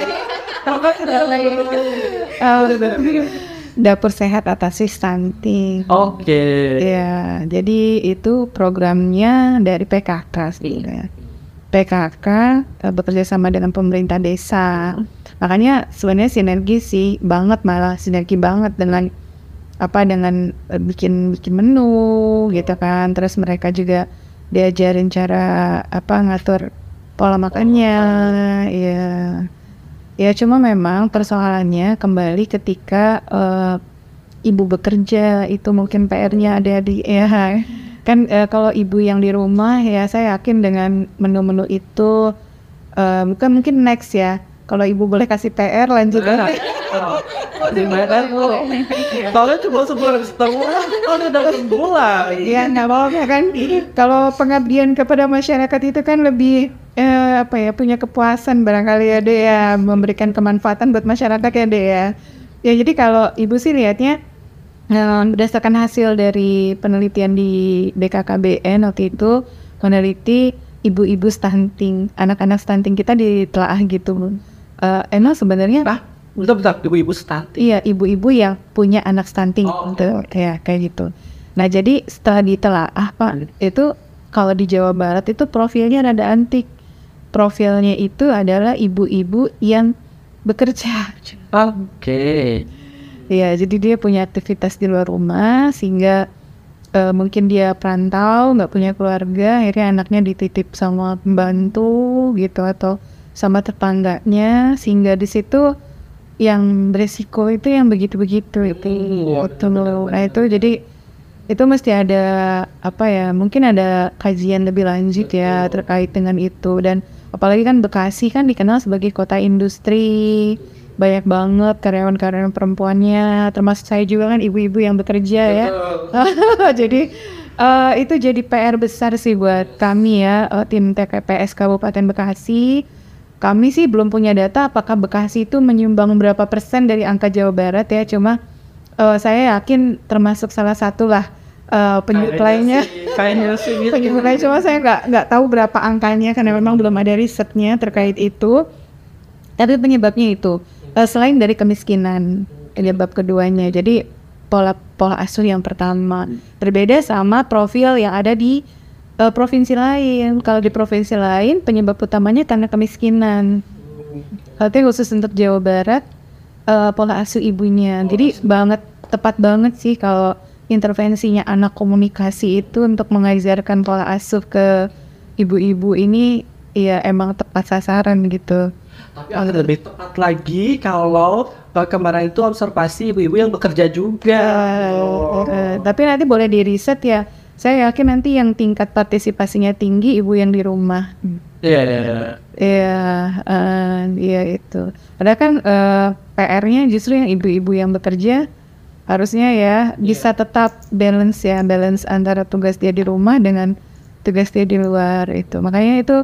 Speaker 2: Eh, Dapur Sehat Atasi Stunting.
Speaker 1: Oke.
Speaker 2: Ya, jadi itu programnya dari P K K sebenarnya. P K K eh, bekerja sama dengan pemerintah desa. Makanya sebenarnya sinergi sih banget, malah sinergi banget dengan apa dengan eh, bikin bikin menu gitu kan. Terus mereka juga diajarin cara apa ngatur pola makannya. Ya. Ya cuma memang persoalannya kembali ketika eh, ibu bekerja itu mungkin P R-nya ada di ya kan eh, kalau ibu yang di rumah ya saya yakin dengan menu-menu itu eh, bukan mungkin next ya kalau ibu boleh kasih P R lanjut
Speaker 1: Di mana tuh? Soalnya cuma sebulan setengah, udah dapat bulan.
Speaker 2: ya nggak apa-apa kan kalau pengabdian kepada masyarakat itu kan lebih eh, apa ya punya kepuasan barangkali ya deh ya memberikan kemanfaatan buat masyarakat ya deh ya ya jadi kalau ibu sih lihatnya eh, berdasarkan hasil dari penelitian di B K K B N waktu itu meneliti ibu-ibu stunting anak-anak stunting kita ditelaah gitu eh, emang sebenarnya
Speaker 1: Bah, bentar-bentar, ibu-ibu stunting.
Speaker 2: iya, ibu-ibu yang punya anak stunting
Speaker 1: Oh,
Speaker 2: gitu, ya kayak gitu. Nah, jadi setelah ditelaah, Pak, itu kalau di Jawa Barat itu profilnya rada antik. Profilnya itu adalah ibu-ibu yang bekerja.
Speaker 1: Oke.
Speaker 2: Ya, jadi dia punya aktivitas di luar rumah sehingga eh, mungkin dia perantau, nggak punya keluarga, akhirnya anaknya dititip sama pembantu gitu atau sama tetangganya sehingga di situ yang beresiko itu yang begitu-begitu itu itu nah itu jadi itu mesti ada apa ya mungkin ada kajian lebih lanjut ya terkait dengan itu dan apalagi kan Bekasi kan dikenal sebagai kota industri banyak banget karyawan-karyawan perempuannya termasuk saya juga kan ibu-ibu yang bekerja ya jadi eh, itu jadi P R besar sih buat kami ya eh, tim T K P S Kabupaten Bekasi. Kami sih belum punya data apakah Bekasi itu menyumbang berapa persen dari angka Jawa Barat ya, cuma uh, saya yakin termasuk salah satu lah uh, penyuplainya.
Speaker 1: Kayaknya sih gitu.
Speaker 2: Penyuplai cuma saya nggak nggak tahu berapa angkanya karena memang belum ada risetnya terkait itu. Tapi penyebabnya itu uh, selain dari kemiskinan penyebab keduanya. Jadi pola pola asuh yang pertama berbeda sama profil yang ada di Uh, provinsi lain. Kalau di provinsi lain penyebab utamanya karena kemiskinan. Artinya khusus untuk Jawa Barat uh, pola asuh ibunya. Jadi banget tepat banget sih kalau intervensinya anak komunikasi itu untuk mengajarkan pola asuh ke ibu-ibu ini ya emang tepat sasaran gitu.
Speaker 1: Tapi akan lebih tepat lagi kalau uh, kemarin itu observasi ibu-ibu yang bekerja juga.
Speaker 2: Uh, uh, tapi nanti boleh di riset ya. Saya yakin nanti yang tingkat partisipasinya tinggi ibu yang di rumah.
Speaker 1: Iya, iya, iya.
Speaker 2: Iya, uh, iya itu. Padahal kan uh, P R-nya justru yang ibu-ibu yang bekerja harusnya ya bisa tetap balance ya, balance antara tugas dia di rumah dengan tugas dia di luar itu. Makanya itu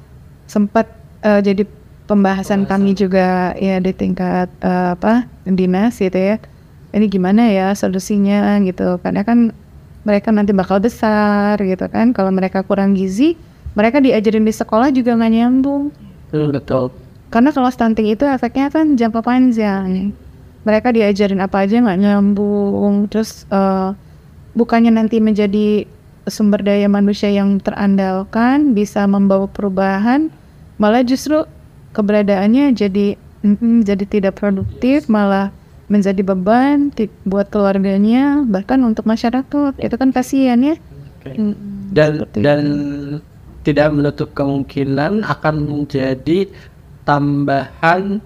Speaker 2: sempat uh, jadi pembahasan, pembahasan kami juga ya di tingkat uh, apa dinas gitu ya. Ini gimana ya solusinya gitu. Karena kan mereka nanti bakal besar gitu kan. Kalau mereka kurang gizi, mereka diajarin di sekolah juga nggak nyambung.
Speaker 1: Betul, betul.
Speaker 2: Karena kalau stunting itu efeknya kan jangka panjang. Mereka diajarin apa aja nggak nyambung. Terus uh, bukannya nanti menjadi sumber daya manusia yang terandalkan, bisa membawa perubahan, malah justru keberadaannya jadi mm, jadi tidak produktif, malah menjadi beban ti- buat keluarganya bahkan untuk masyarakat. Itu kan kasihan ya.
Speaker 1: Okay. Dan dan tidak menutup kemungkinan akan menjadi tambahan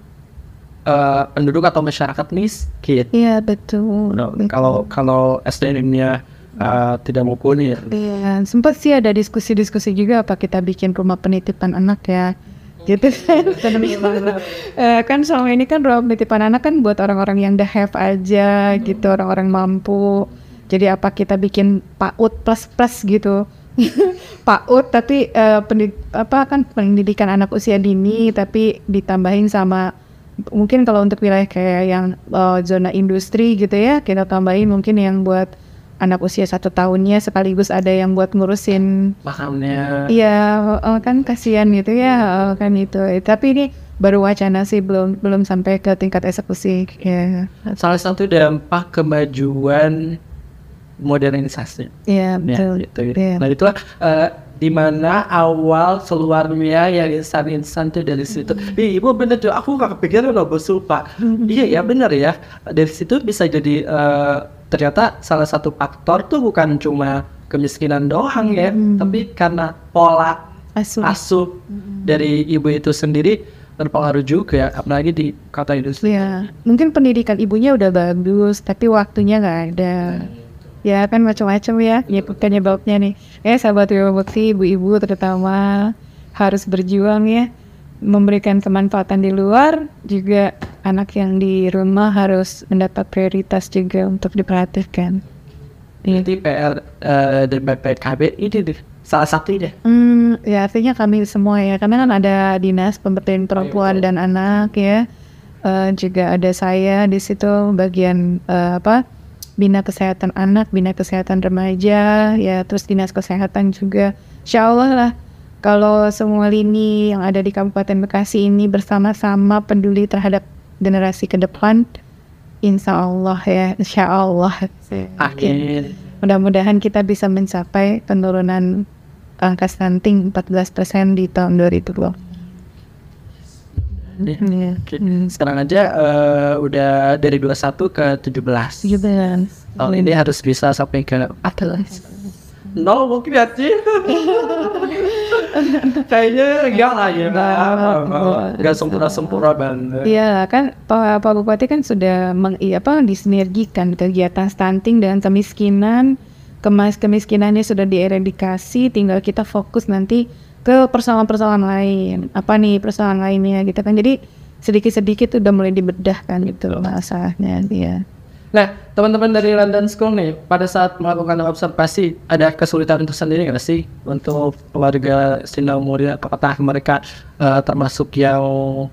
Speaker 1: uh, penduduk atau masyarakat miskin.
Speaker 2: Iya betul.
Speaker 1: No, kalau kalau S D M-nya uh, tidak mumpuni.
Speaker 2: Iya, sempat sih ada diskusi-diskusi juga apa kita bikin rumah penitipan anak ya. Gitu kan. uh, kan selama ini kan rumah penitipan anak kan buat orang-orang yang the have aja gitu, orang-orang mampu. Jadi apa kita bikin PAUD plus plus gitu. PAUD tapi uh, pendid- apa kan pendidikan anak usia dini tapi ditambahin sama mungkin kalau untuk wilayah kayak yang uh, zona industri gitu ya, kita tambahin mungkin yang buat anak usia satu tahunnya sekaligus ada yang buat ngurusin
Speaker 1: Makamnya.
Speaker 2: iya uh, kan kasihan gitu ya uh, kan itu. Tapi ini baru wacana sih, belum belum sampai ke tingkat eksekusi ya.
Speaker 1: Salah satu dampak kemajuan modernisasi.
Speaker 2: Iya betul.
Speaker 1: Ya, gitu.
Speaker 2: Iya.
Speaker 1: Nah itulah uh, di mana awal keluarnya yang insan-insan tuh dari situ. Ih, ibu bener tuh, aku gak kepikiran loh, gue lupa. Iya ya bener ya, dari situ bisa jadi uh, ternyata salah satu faktor tuh bukan cuma kemiskinan doang ya,
Speaker 2: Hmm.
Speaker 1: tapi karena pola
Speaker 2: Asuh.
Speaker 1: asuh dari ibu itu sendiri berpengaruh juga, apalagi di kota industri.
Speaker 2: Iya, mungkin pendidikan ibunya udah bagus, tapi waktunya nggak ada. Ya kan macam-macam ya, ya penyebabnya nih. Eh sahabat Wiwa Mukti, ibu-ibu terutama harus berjuang ya, memberikan kemanfaatan di luar, juga anak yang di rumah harus mendapat prioritas juga untuk diperhatikan.
Speaker 1: Ini P R uh, dari B P K B ini deh, salah satu deh.
Speaker 2: Hmm, ya artinya kami semua ya, karena kan ada dinas pemberdayaan perempuan dan anak ya, Eh, juga ada saya di situ bagian eh, apa bina kesehatan anak, bina kesehatan remaja, ya terus dinas kesehatan juga. Insya Allah lah, kalau semua lini yang ada di Kabupaten Bekasi ini bersama-sama peduli terhadap generasi ke depan, insya Allah ya, insya Allah.
Speaker 1: Amin.
Speaker 2: Mudah-mudahan kita bisa mencapai penurunan angka stunting empat belas persen di tahun dua ribu dua puluh. Iya.
Speaker 1: Oke. Sekarang aja uh, udah dari dua puluh satu ke tujuh belas.
Speaker 2: Gitu kan.
Speaker 1: Tahun ini harus bisa sampai ke empat belas. Nol mungkin ya sih. Kayaknya enggak lah ya. Enggak sempurna-sempurna banget.
Speaker 2: Iya kan, Pak Pak Bupati kan sudah meng, iya, apa, disinergikan kegiatan stunting dengan kemiskinan. Kemas kemiskinannya sudah dieradikasi, tinggal kita fokus nanti ke persoalan-persoalan lain. Apa nih persoalan lainnya gitu kan. Jadi sedikit-sedikit udah mulai dibedah kan gitu masalahnya dia.
Speaker 1: Nah, teman-teman dari London School nih, pada saat melakukan observasi, ada kesulitan itu sendiri nggak sih untuk keluarga Sindang Mulia? Apakah mereka uh, termasuk yang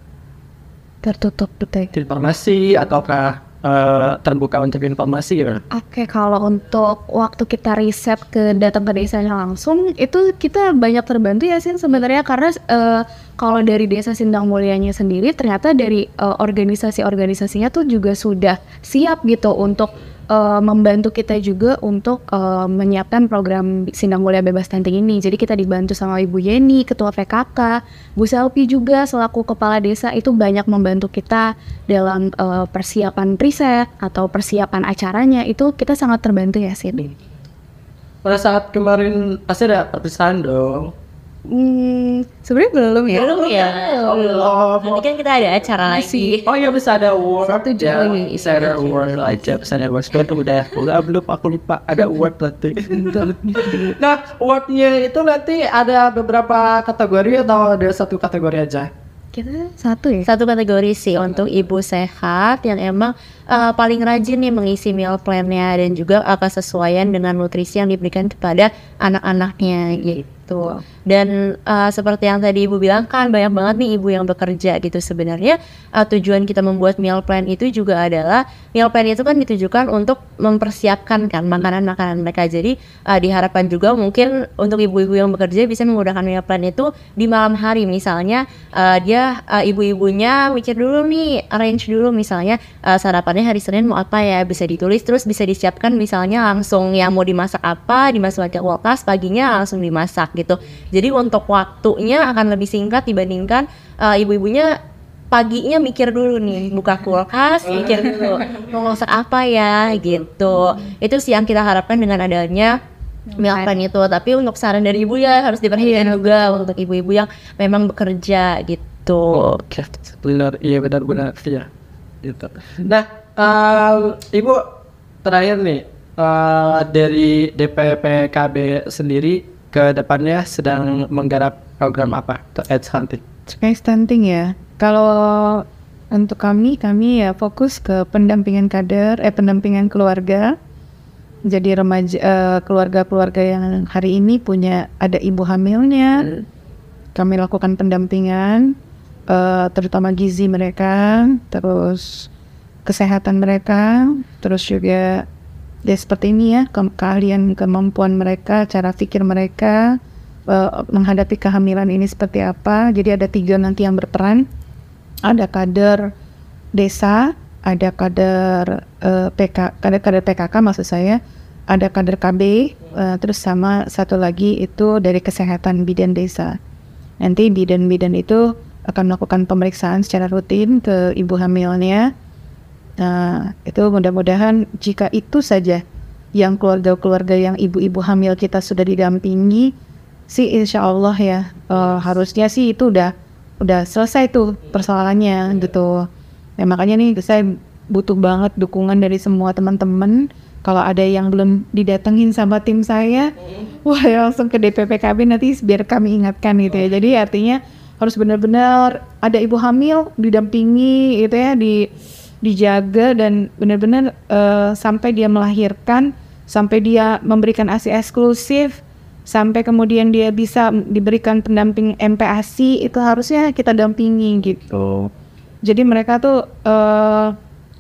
Speaker 2: Tertutup betul.
Speaker 1: informasi ataukah uh, terbuka untuk informasi gitu?
Speaker 3: Oke, kalau untuk waktu kita riset ke datang ke desanya langsung, itu kita banyak terbantu ya sih sebenarnya, karena eh, kalau dari desa Sindang Mulyanya sendiri ternyata dari eh, organisasi-organisasinya tuh juga sudah siap gitu untuk eh, membantu kita juga untuk eh, menyiapkan program Sindang Mulia Bebas Stunting ini. Jadi kita dibantu sama Ibu Yeni, Ketua P K K, Bu Selvi juga selaku Kepala Desa itu banyak membantu kita dalam eh, persiapan riset atau persiapan acaranya. Itu kita sangat terbantu ya sih.
Speaker 1: Pada saat kemarin pasti ada perpisahan dong.
Speaker 2: Hmm, sebenarnya belum ya.
Speaker 3: Belum ya.
Speaker 1: Allah.
Speaker 3: Nanti kan kita ada acara lagi.
Speaker 1: Oh iya bisa ada award.
Speaker 2: Satu
Speaker 1: ya,
Speaker 2: jam.
Speaker 1: bisa ada award aja, bisa ada award. Sekarang udah, udah belum aku lupa ada award nanti. Nah, awardnya itu nanti ada beberapa kategori atau ada satu kategori aja?
Speaker 2: Kita satu ya.
Speaker 3: Satu kategori sih untuk ibu sehat yang emang uh, paling rajin nih mengisi meal plan-nya dan juga uh, kesesuaian dengan nutrisi yang diberikan kepada anak-anaknya gitu. Dan uh, seperti yang tadi ibu bilang kan banyak banget nih ibu yang bekerja gitu. Sebenarnya uh, tujuan kita membuat meal plan itu juga adalah meal plan itu kan ditujukan untuk mempersiapkan kan makanan-makanan mereka. Jadi uh, diharapkan juga mungkin untuk ibu-ibu yang bekerja bisa menggunakan meal plan itu di malam hari. Misalnya uh, dia uh, ibu-ibunya mikir dulu nih, arrange dulu misalnya uh, sarapannya hari Senin mau apa ya, bisa ditulis terus bisa disiapkan misalnya langsung yang mau dimasak apa dimasukkan ke kulkas, paginya langsung dimasak gitu. Jadi untuk waktunya akan lebih singkat dibandingkan uh, ibu-ibunya paginya mikir dulu nih, buka kulkas, mikir dulu mau masak apa ya gitu. Itu sih yang kita harapkan dengan adanya meal plan itu. Tapi untuk saran dari ibu ya harus diperhatikan juga untuk ibu-ibu yang memang bekerja gitu.
Speaker 1: Oke, benar, iya benar-benar ya. Gitu. Nah, um, ibu terakhir nih uh, dari D P P K B sendiri ke depannya sedang menggarap program apa untuk AIDS hunting?
Speaker 2: Terkait stunting ya. Kalau untuk kami, kami ya fokus ke pendampingan kader, eh pendampingan keluarga. Jadi remaja, eh, keluarga-keluarga yang hari ini punya ada ibu hamilnya, kami lakukan pendampingan. eh, terutama gizi mereka, terus kesehatan mereka, terus juga ya seperti ini ya, ke keahlian kemampuan mereka, cara pikir mereka uh, menghadapi kehamilan ini seperti apa. Jadi ada tiga nanti yang berperan, ada kader desa, ada kader uh, P K, kader-kader P K K maksud saya, ada kader K B, uh, terus sama satu lagi itu dari kesehatan bidan desa. Nanti bidan-bidan itu akan melakukan pemeriksaan secara rutin ke ibu hamilnya. Nah, itu mudah-mudahan jika itu saja yang keluarga-keluarga yang ibu-ibu hamil kita sudah didampingi, sih insya Allah ya, uh, harusnya sih itu udah udah selesai tuh persoalannya gitu. Ya makanya nih saya butuh banget dukungan dari semua teman-teman. Kalau ada yang belum didatengin sama tim saya, wah ya langsung ke D P P K B nanti biar kami ingatkan gitu ya. Jadi artinya harus benar-benar ada ibu hamil didampingi gitu ya, di dijaga dan benar-benar uh, sampai dia melahirkan, sampai dia memberikan A S I eksklusif, sampai kemudian dia bisa diberikan pendamping M P A S I, itu harusnya kita dampingi gitu. Jadi mereka tuh uh,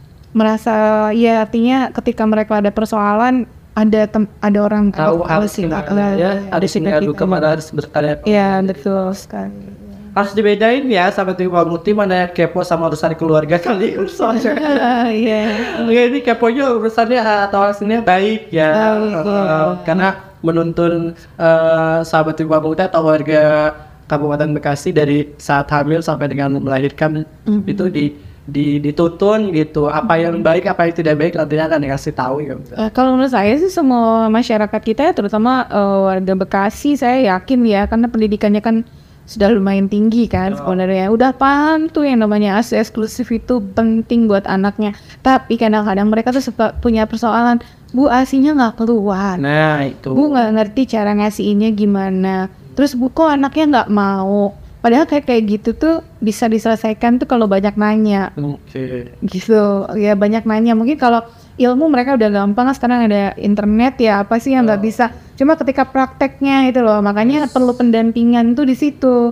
Speaker 2: merasa ya artinya ketika mereka ada persoalan, ada tem ada orang
Speaker 1: tahu harus gimana ya, harus mengadu kemana, harus bertanya.
Speaker 2: Ya betul sekali.
Speaker 1: Harus dibedain ya sama tim Muti, mana yang kepo sama urusan keluarga kali urusan.
Speaker 2: Iya.
Speaker 1: Ini keponya urusannya atau hasilnya baik ya.
Speaker 2: Oh,
Speaker 1: uh, karena menuntun uh, sahabat tim Muti atau warga Kabupaten Bekasi dari saat hamil sampai dengan melahirkan mm-hmm. itu di di dituntun gitu, apa yang baik apa yang tidak baik nantinya akan dikasih tahu ya.
Speaker 2: Uh, kalau menurut saya sih semua masyarakat kita terutama uh, warga Bekasi, saya yakin ya karena pendidikannya kan sudah lumayan tinggi kan oh. sebenarnya, udah paham tuh yang namanya A S I eksklusif itu penting buat anaknya. Tapi kadang-kadang mereka tuh suka punya persoalan, Bu A S I-nya nggak keluar,
Speaker 1: nah itu
Speaker 2: Bu nggak ngerti cara ngasihinnya gimana, terus Bu kok anaknya nggak mau. Padahal kayak kayak gitu tuh bisa diselesaikan tuh kalau banyak nanya.
Speaker 1: Oke. Okay.
Speaker 2: Gitu ya, banyak nanya. Mungkin kalau ilmu mereka udah gampang, sekarang ada internet ya, apa sih yang nggak oh. bisa. Cuma ketika prakteknya itu loh, makanya yes. perlu pendampingan tuh di situ.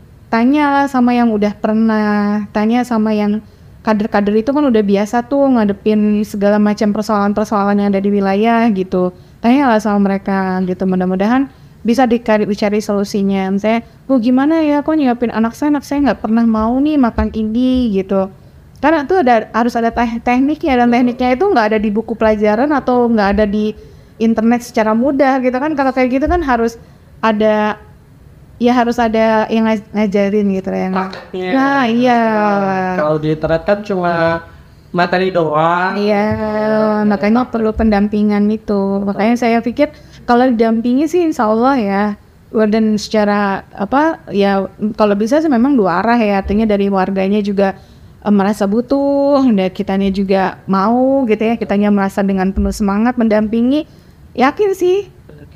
Speaker 2: Tanya sama yang udah pernah, tanya sama yang kader-kader itu kan udah biasa tuh ngadepin segala macam persoalan-persoalan yang ada di wilayah gitu. Tanyalah sama mereka gitu, mudah-mudahan bisa dicari, dicari solusinya. Misalnya, Bu gimana ya kok nyiapin anak saya, anak saya nggak pernah mau nih makan ini gitu. Karena tuh ada, harus ada te- tekniknya, dan tekniknya itu nggak ada di buku pelajaran atau nggak ada di internet secara mudah gitu kan. Kalau kayak gitu kan harus ada, ya harus ada yang ngaj- ngajarin gitu ya.
Speaker 1: Prakteknya.
Speaker 2: Nah iya.
Speaker 1: Kalau di internet kan cuma materi doang.
Speaker 2: Iya, makanya perlu pendampingan itu. Makanya saya pikir kalau didampingi sih insya Allah ya. Dan secara apa ya, kalau bisa sih memang dua arah ya. Artinya dari warganya juga e, merasa butuh, dan kitanya juga mau gitu ya. Kitanya merasa dengan penuh semangat mendampingi. Yakin sih,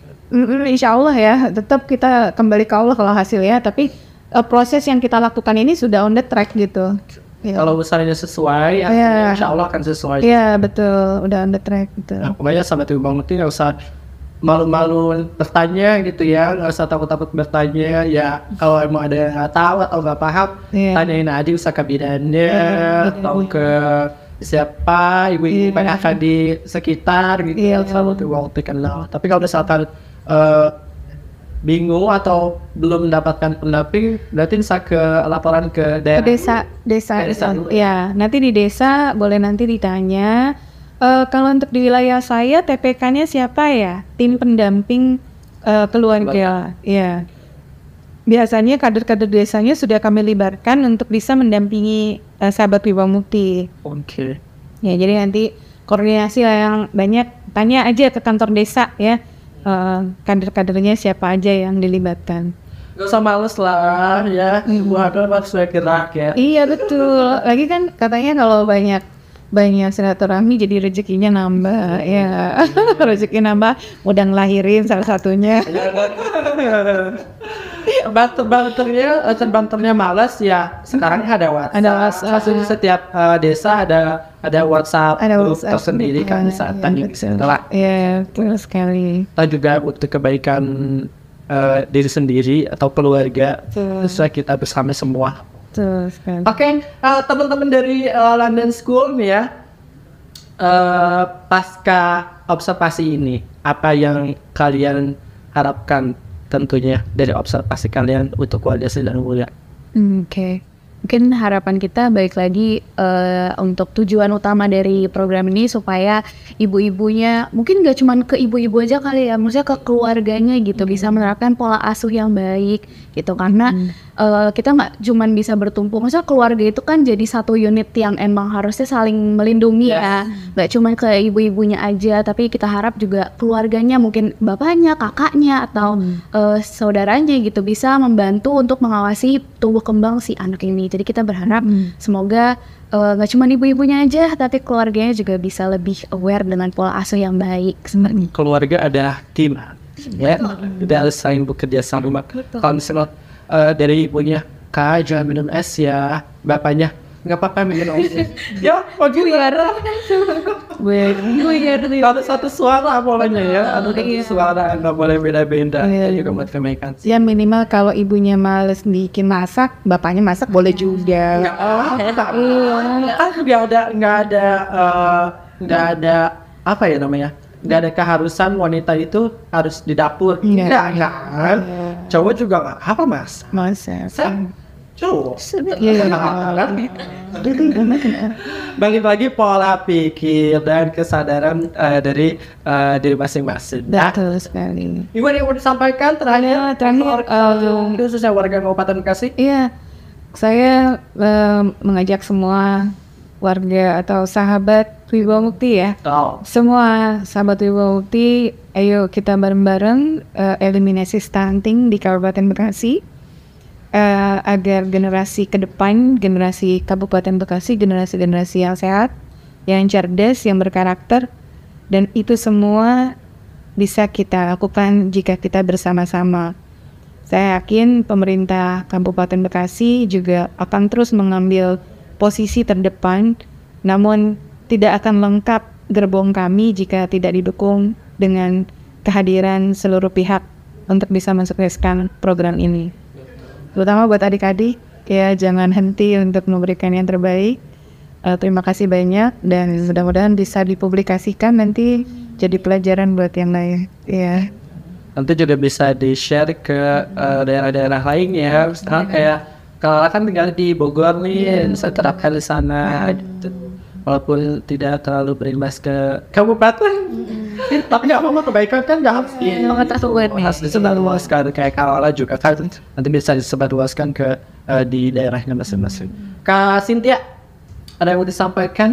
Speaker 2: insya Allah ya. Tetap kita kembali ke Allah kalau hasil ya. Tapi e, proses yang kita lakukan ini sudah on the track gitu. Ya.
Speaker 1: Kalau usahanya sesuai, ya, ya. Insya Allah akan sesuai.
Speaker 2: Iya betul, udah on the track gitu.
Speaker 1: Nah, pokoknya sama tim Bang Muti nggak usah malu-malu bertanya gitu ya, nggak usah takut-takut bertanya ya. Kalau emang ada yang nggak tahu atau nggak paham, yeah. tanyain aja usah ke bidannya yeah. atau ke siapa ibu-ibu yeah. yang akan di sekitar gitu.
Speaker 2: Yeah,
Speaker 1: selalu tuh waktu kenal. Tapi kalau misalkan uh, bingung atau belum mendapatkan pendamping, berarti bisa ke laporan ke daerah.
Speaker 2: Ke desa, desa, desa. Ya, nanti di desa boleh nanti ditanya. Uh, kalau untuk di wilayah saya, T P K-nya siapa ya? Tim pendamping uh, keluarga. Ya. Biasanya kader-kader desanya sudah kami libatkan untuk bisa mendampingi uh, sahabat Wibawa Mukti.
Speaker 1: Oke. Okay.
Speaker 2: Ya, jadi nanti koordinasi lah yang banyak, tanya aja ke kantor desa ya. Uh, kader-kadernya siapa aja yang dilibatkan.
Speaker 1: Gak usah males lah ya, buat apa sesuai gerak ya.
Speaker 2: Iya betul. Lagi kan katanya kalau banyak banyak silaturahmi jadi rezekinya nambah ya. Rezeki nambah, mudah ngelahirin salah satunya.
Speaker 1: Banter-banternya, banternya malas ya. Sekarang ada WhatsApp.
Speaker 2: Ada WhatsApp.
Speaker 1: Setiap uh, desa ada ada WhatsApp,
Speaker 2: ada
Speaker 1: grup
Speaker 2: WhatsApp
Speaker 1: tersendiri kan di saat tadi. Setelah.
Speaker 2: Iya, betul sekali.
Speaker 1: Kita juga untuk kebaikan uh, diri sendiri atau keluarga, sesuai kita bersama semua.
Speaker 2: Betul sekali.
Speaker 1: Oke, eh, teman-teman dari eh, London School nih ya, eh, pasca observasi ini, apa yang kalian harapkan tentunya dari observasi kalian untuk keluarga sedang mulia?
Speaker 2: Hmm, Oke, mungkin harapan kita balik lagi eh, untuk tujuan utama dari program ini supaya ibu-ibunya, mungkin gak cuma ke ibu-ibu aja kali ya, maksudnya ke keluarganya gitu, bisa menerapkan pola asuh yang baik gitu, karena eh, kita nggak cuma bisa bertumpu, maksudnya keluarga itu kan jadi satu unit yang emang harusnya saling melindungi ya, nggak cuma ke ibu-ibunya aja, tapi kita harap juga keluarganya, mungkin bapaknya, kakaknya, atau eh, saudaranya gitu bisa membantu untuk mengawasi tumbuh kembang si anak ini. Jadi kita berharap semoga eh, nggak cuma ibu-ibunya aja, tapi keluarganya juga bisa lebih aware dengan pola asuh yang baik. Seperti
Speaker 1: Keluarga adalah tim, ya, kita harus saling bekerja sama. Kalau misalnya eh, dari ibunya, Kak jangan minum es ya, bapaknya nggak apa-apa minum es. Ya, oke ya. Satu satu suara bolehnya ya, atau satu suara nggak boleh beda-beda.
Speaker 2: Iya.
Speaker 1: Juga buat kebaikan.
Speaker 2: ya minimal kalau ibunya males bikin masak, bapaknya masak boleh juga.
Speaker 1: Nggak ah, nggak ada nggak ada eh, nggak ada apa ya namanya, nggak ada keharusan wanita itu harus di dapur.
Speaker 2: Nggak.
Speaker 1: Nggak nggak kan? Cowok juga nggak apa mas.
Speaker 2: Masak.
Speaker 1: Cowok.
Speaker 2: Iya.
Speaker 1: Bangkit lagi pola pikir dan kesadaran eh, dari eh, diri masing-masing. Nah,
Speaker 2: Betul sekali.
Speaker 1: Ibu yang mau disampaikan terakhir,
Speaker 2: terakhir,
Speaker 1: eh, khususnya warga Kabupaten Bekasi.
Speaker 2: Iya, saya eh, mengajak semua warga atau sahabat Wibawa Mukti ya.
Speaker 1: Oh.
Speaker 2: Semua sahabat Wibawa Mukti, ayo kita bareng-bareng eh, eliminasi stunting di Kabupaten Bekasi. eh, agar generasi ke depan, generasi Kabupaten Bekasi, generasi-generasi yang sehat, yang cerdas, yang berkarakter, dan itu semua bisa kita lakukan jika kita bersama-sama. Saya yakin pemerintah Kabupaten Bekasi juga akan terus mengambil posisi terdepan, namun tidak akan lengkap gerbong kami jika tidak didukung dengan kehadiran seluruh pihak untuk bisa mensukseskan program ini. Terutama buat adik-adik, ya jangan henti untuk memberikan yang terbaik. Uh, terima kasih banyak dan mudah-mudahan bisa dipublikasikan nanti jadi pelajaran buat yang lain. Ya.
Speaker 1: Nanti juga bisa di-share ke uh, daerah-daerah lain ya. Misalnya kayak kalau kan tinggal di Bogor nih, bisa terapkan di sana. Gitu. Walaupun tidak terlalu berimbas ke kabupaten, tapi nggak apa-apa, kebaikan kan nggak harus harus disebarluaskan kayak Kalala juga kan nanti bisa disebarluaskan ke uh, di daerahnya masing-masing. Kak Cynthia, ada yang mau disampaikan?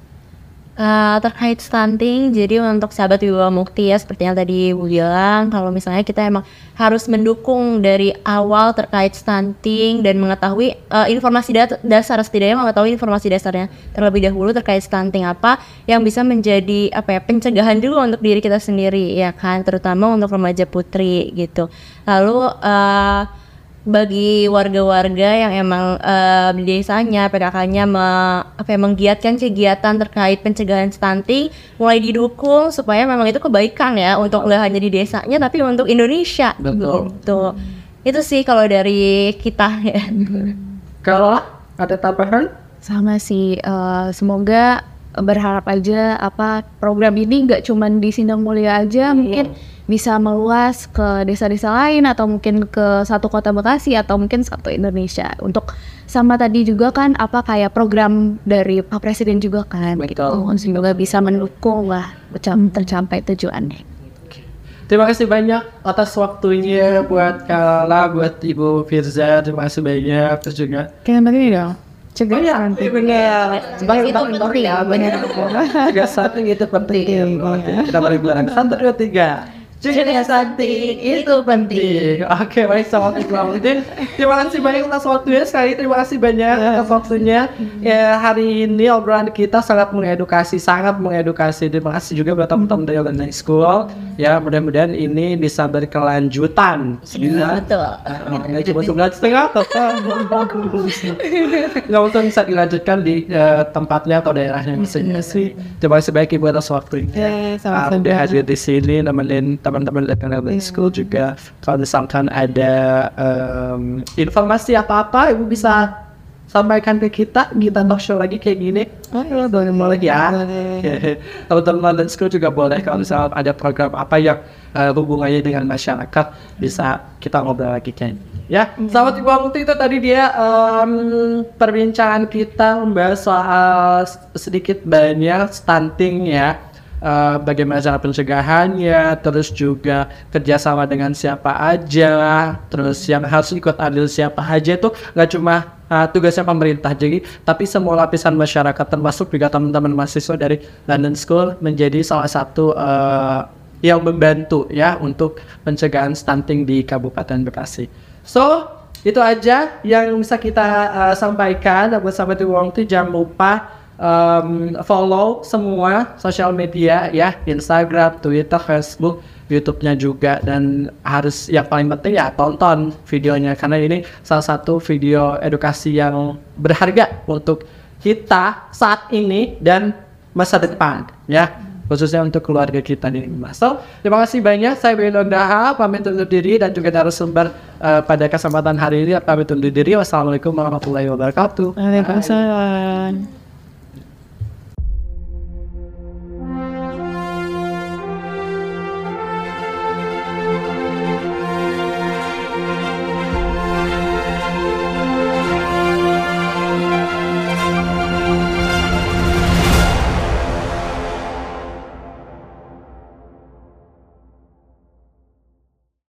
Speaker 3: Uh, terkait stunting, jadi untuk sahabat Wibawa Mukti ya, seperti yang tadi Ibu bilang, kalau misalnya kita emang harus mendukung dari awal terkait stunting dan mengetahui uh, informasi da- dasar, setidaknya mengetahui informasi dasarnya terlebih dahulu terkait stunting apa yang bisa menjadi apa ya pencegahan juga untuk diri kita sendiri ya kan, terutama untuk remaja putri gitu. Lalu uh, bagi warga-warga yang emang uh, di desanya, P K K-nya me, apa ya, menggiatkan kegiatan terkait pencegahan stunting, mulai didukung supaya memang itu kebaikan ya untuk nggak hanya di desanya tapi untuk Indonesia.
Speaker 1: Betul.
Speaker 3: Gitu. Itu sih kalau dari kita ya.
Speaker 1: Kalau ada tambahan?
Speaker 2: Sama sih, eh, semoga berharap aja apa program ini nggak cuma di Sindang Mulia aja, mungkin bisa meluas ke desa-desa lain atau mungkin ke satu kota Bekasi atau mungkin satu Indonesia. Untuk sama tadi juga kan apa kayak program dari Pak Presiden juga kan,
Speaker 1: Betul.
Speaker 2: gitu. Semoga bisa mendukung lah tercapai tujuannya.
Speaker 1: Terima kasih banyak atas waktunya buat Kala, buat Ibu Firza, terima kasih banyak. Terus juga
Speaker 2: Kita begini dong. Cegah
Speaker 1: banyak,
Speaker 2: nanti.
Speaker 1: banyak. Sebagai
Speaker 3: Itu penting ya, banyak.
Speaker 1: Tiga satu itu penting. Kita balik bareng satu dua tiga. Cegah stunting itu penting. Oke, baik, selamat malam. Terima kasih banyak atas waktunya sekali. Terima kasih banyak atas waktunya. Ya, hari ini obrolan kita sangat mengedukasi, sangat mengedukasi. Terima kasih juga buat teman-teman dari London School. Ya, mudah-mudahan ini bisa berkelanjutan.
Speaker 3: Betul.
Speaker 1: Nggak cuma sebulan setengah, nggak usah bisa dilanjutkan di uh, tempatnya atau daerahnya masing-masing. Terima kasih banyak Ibu atas waktunya.
Speaker 2: Ya, sama-sama.
Speaker 1: Udah hadir di sini, nemenin teman-teman dari London School juga. Kalau misalkan ada um, informasi apa-apa, Ibu bisa sampaikan ke kita kita talk show lagi kayak gini. Oh, boleh boleh ya. Teman-teman dan school juga boleh kalau misalnya ada program apa yang uh, hubungannya dengan masyarakat bisa kita ngobrol lagi kan. Ya, sahabat Ibu Mukti, itu tadi dia um, perbincangan kita membahas soal sedikit banyak stunting ya. Uh, bagaimana cara pencegahannya, terus juga kerjasama dengan siapa aja, terus yang harus ikut andil siapa aja itu nggak cuma uh, tugasnya pemerintah, jadi tapi semua lapisan masyarakat termasuk juga teman-teman mahasiswa dari London School menjadi salah satu uh, yang membantu ya untuk pencegahan stunting di Kabupaten Bekasi. So itu aja yang bisa kita uh, sampaikan buat sahabat Ibu Mukti. Jangan lupa Um, follow semua sosial media ya, Instagram, Twitter, Facebook, YouTube-nya juga, dan harus yang paling penting ya tonton videonya karena ini salah satu video edukasi yang berharga untuk kita saat ini dan masa depan ya, khususnya untuk keluarga kita di rumah. So, terima kasih banyak. Saya Beno Daha pamit undur diri dan juga narasumber uh, pada kesempatan hari ini pamit undur diri. Wassalamualaikum warahmatullahi wabarakatuh.
Speaker 2: Waalaikumsalam.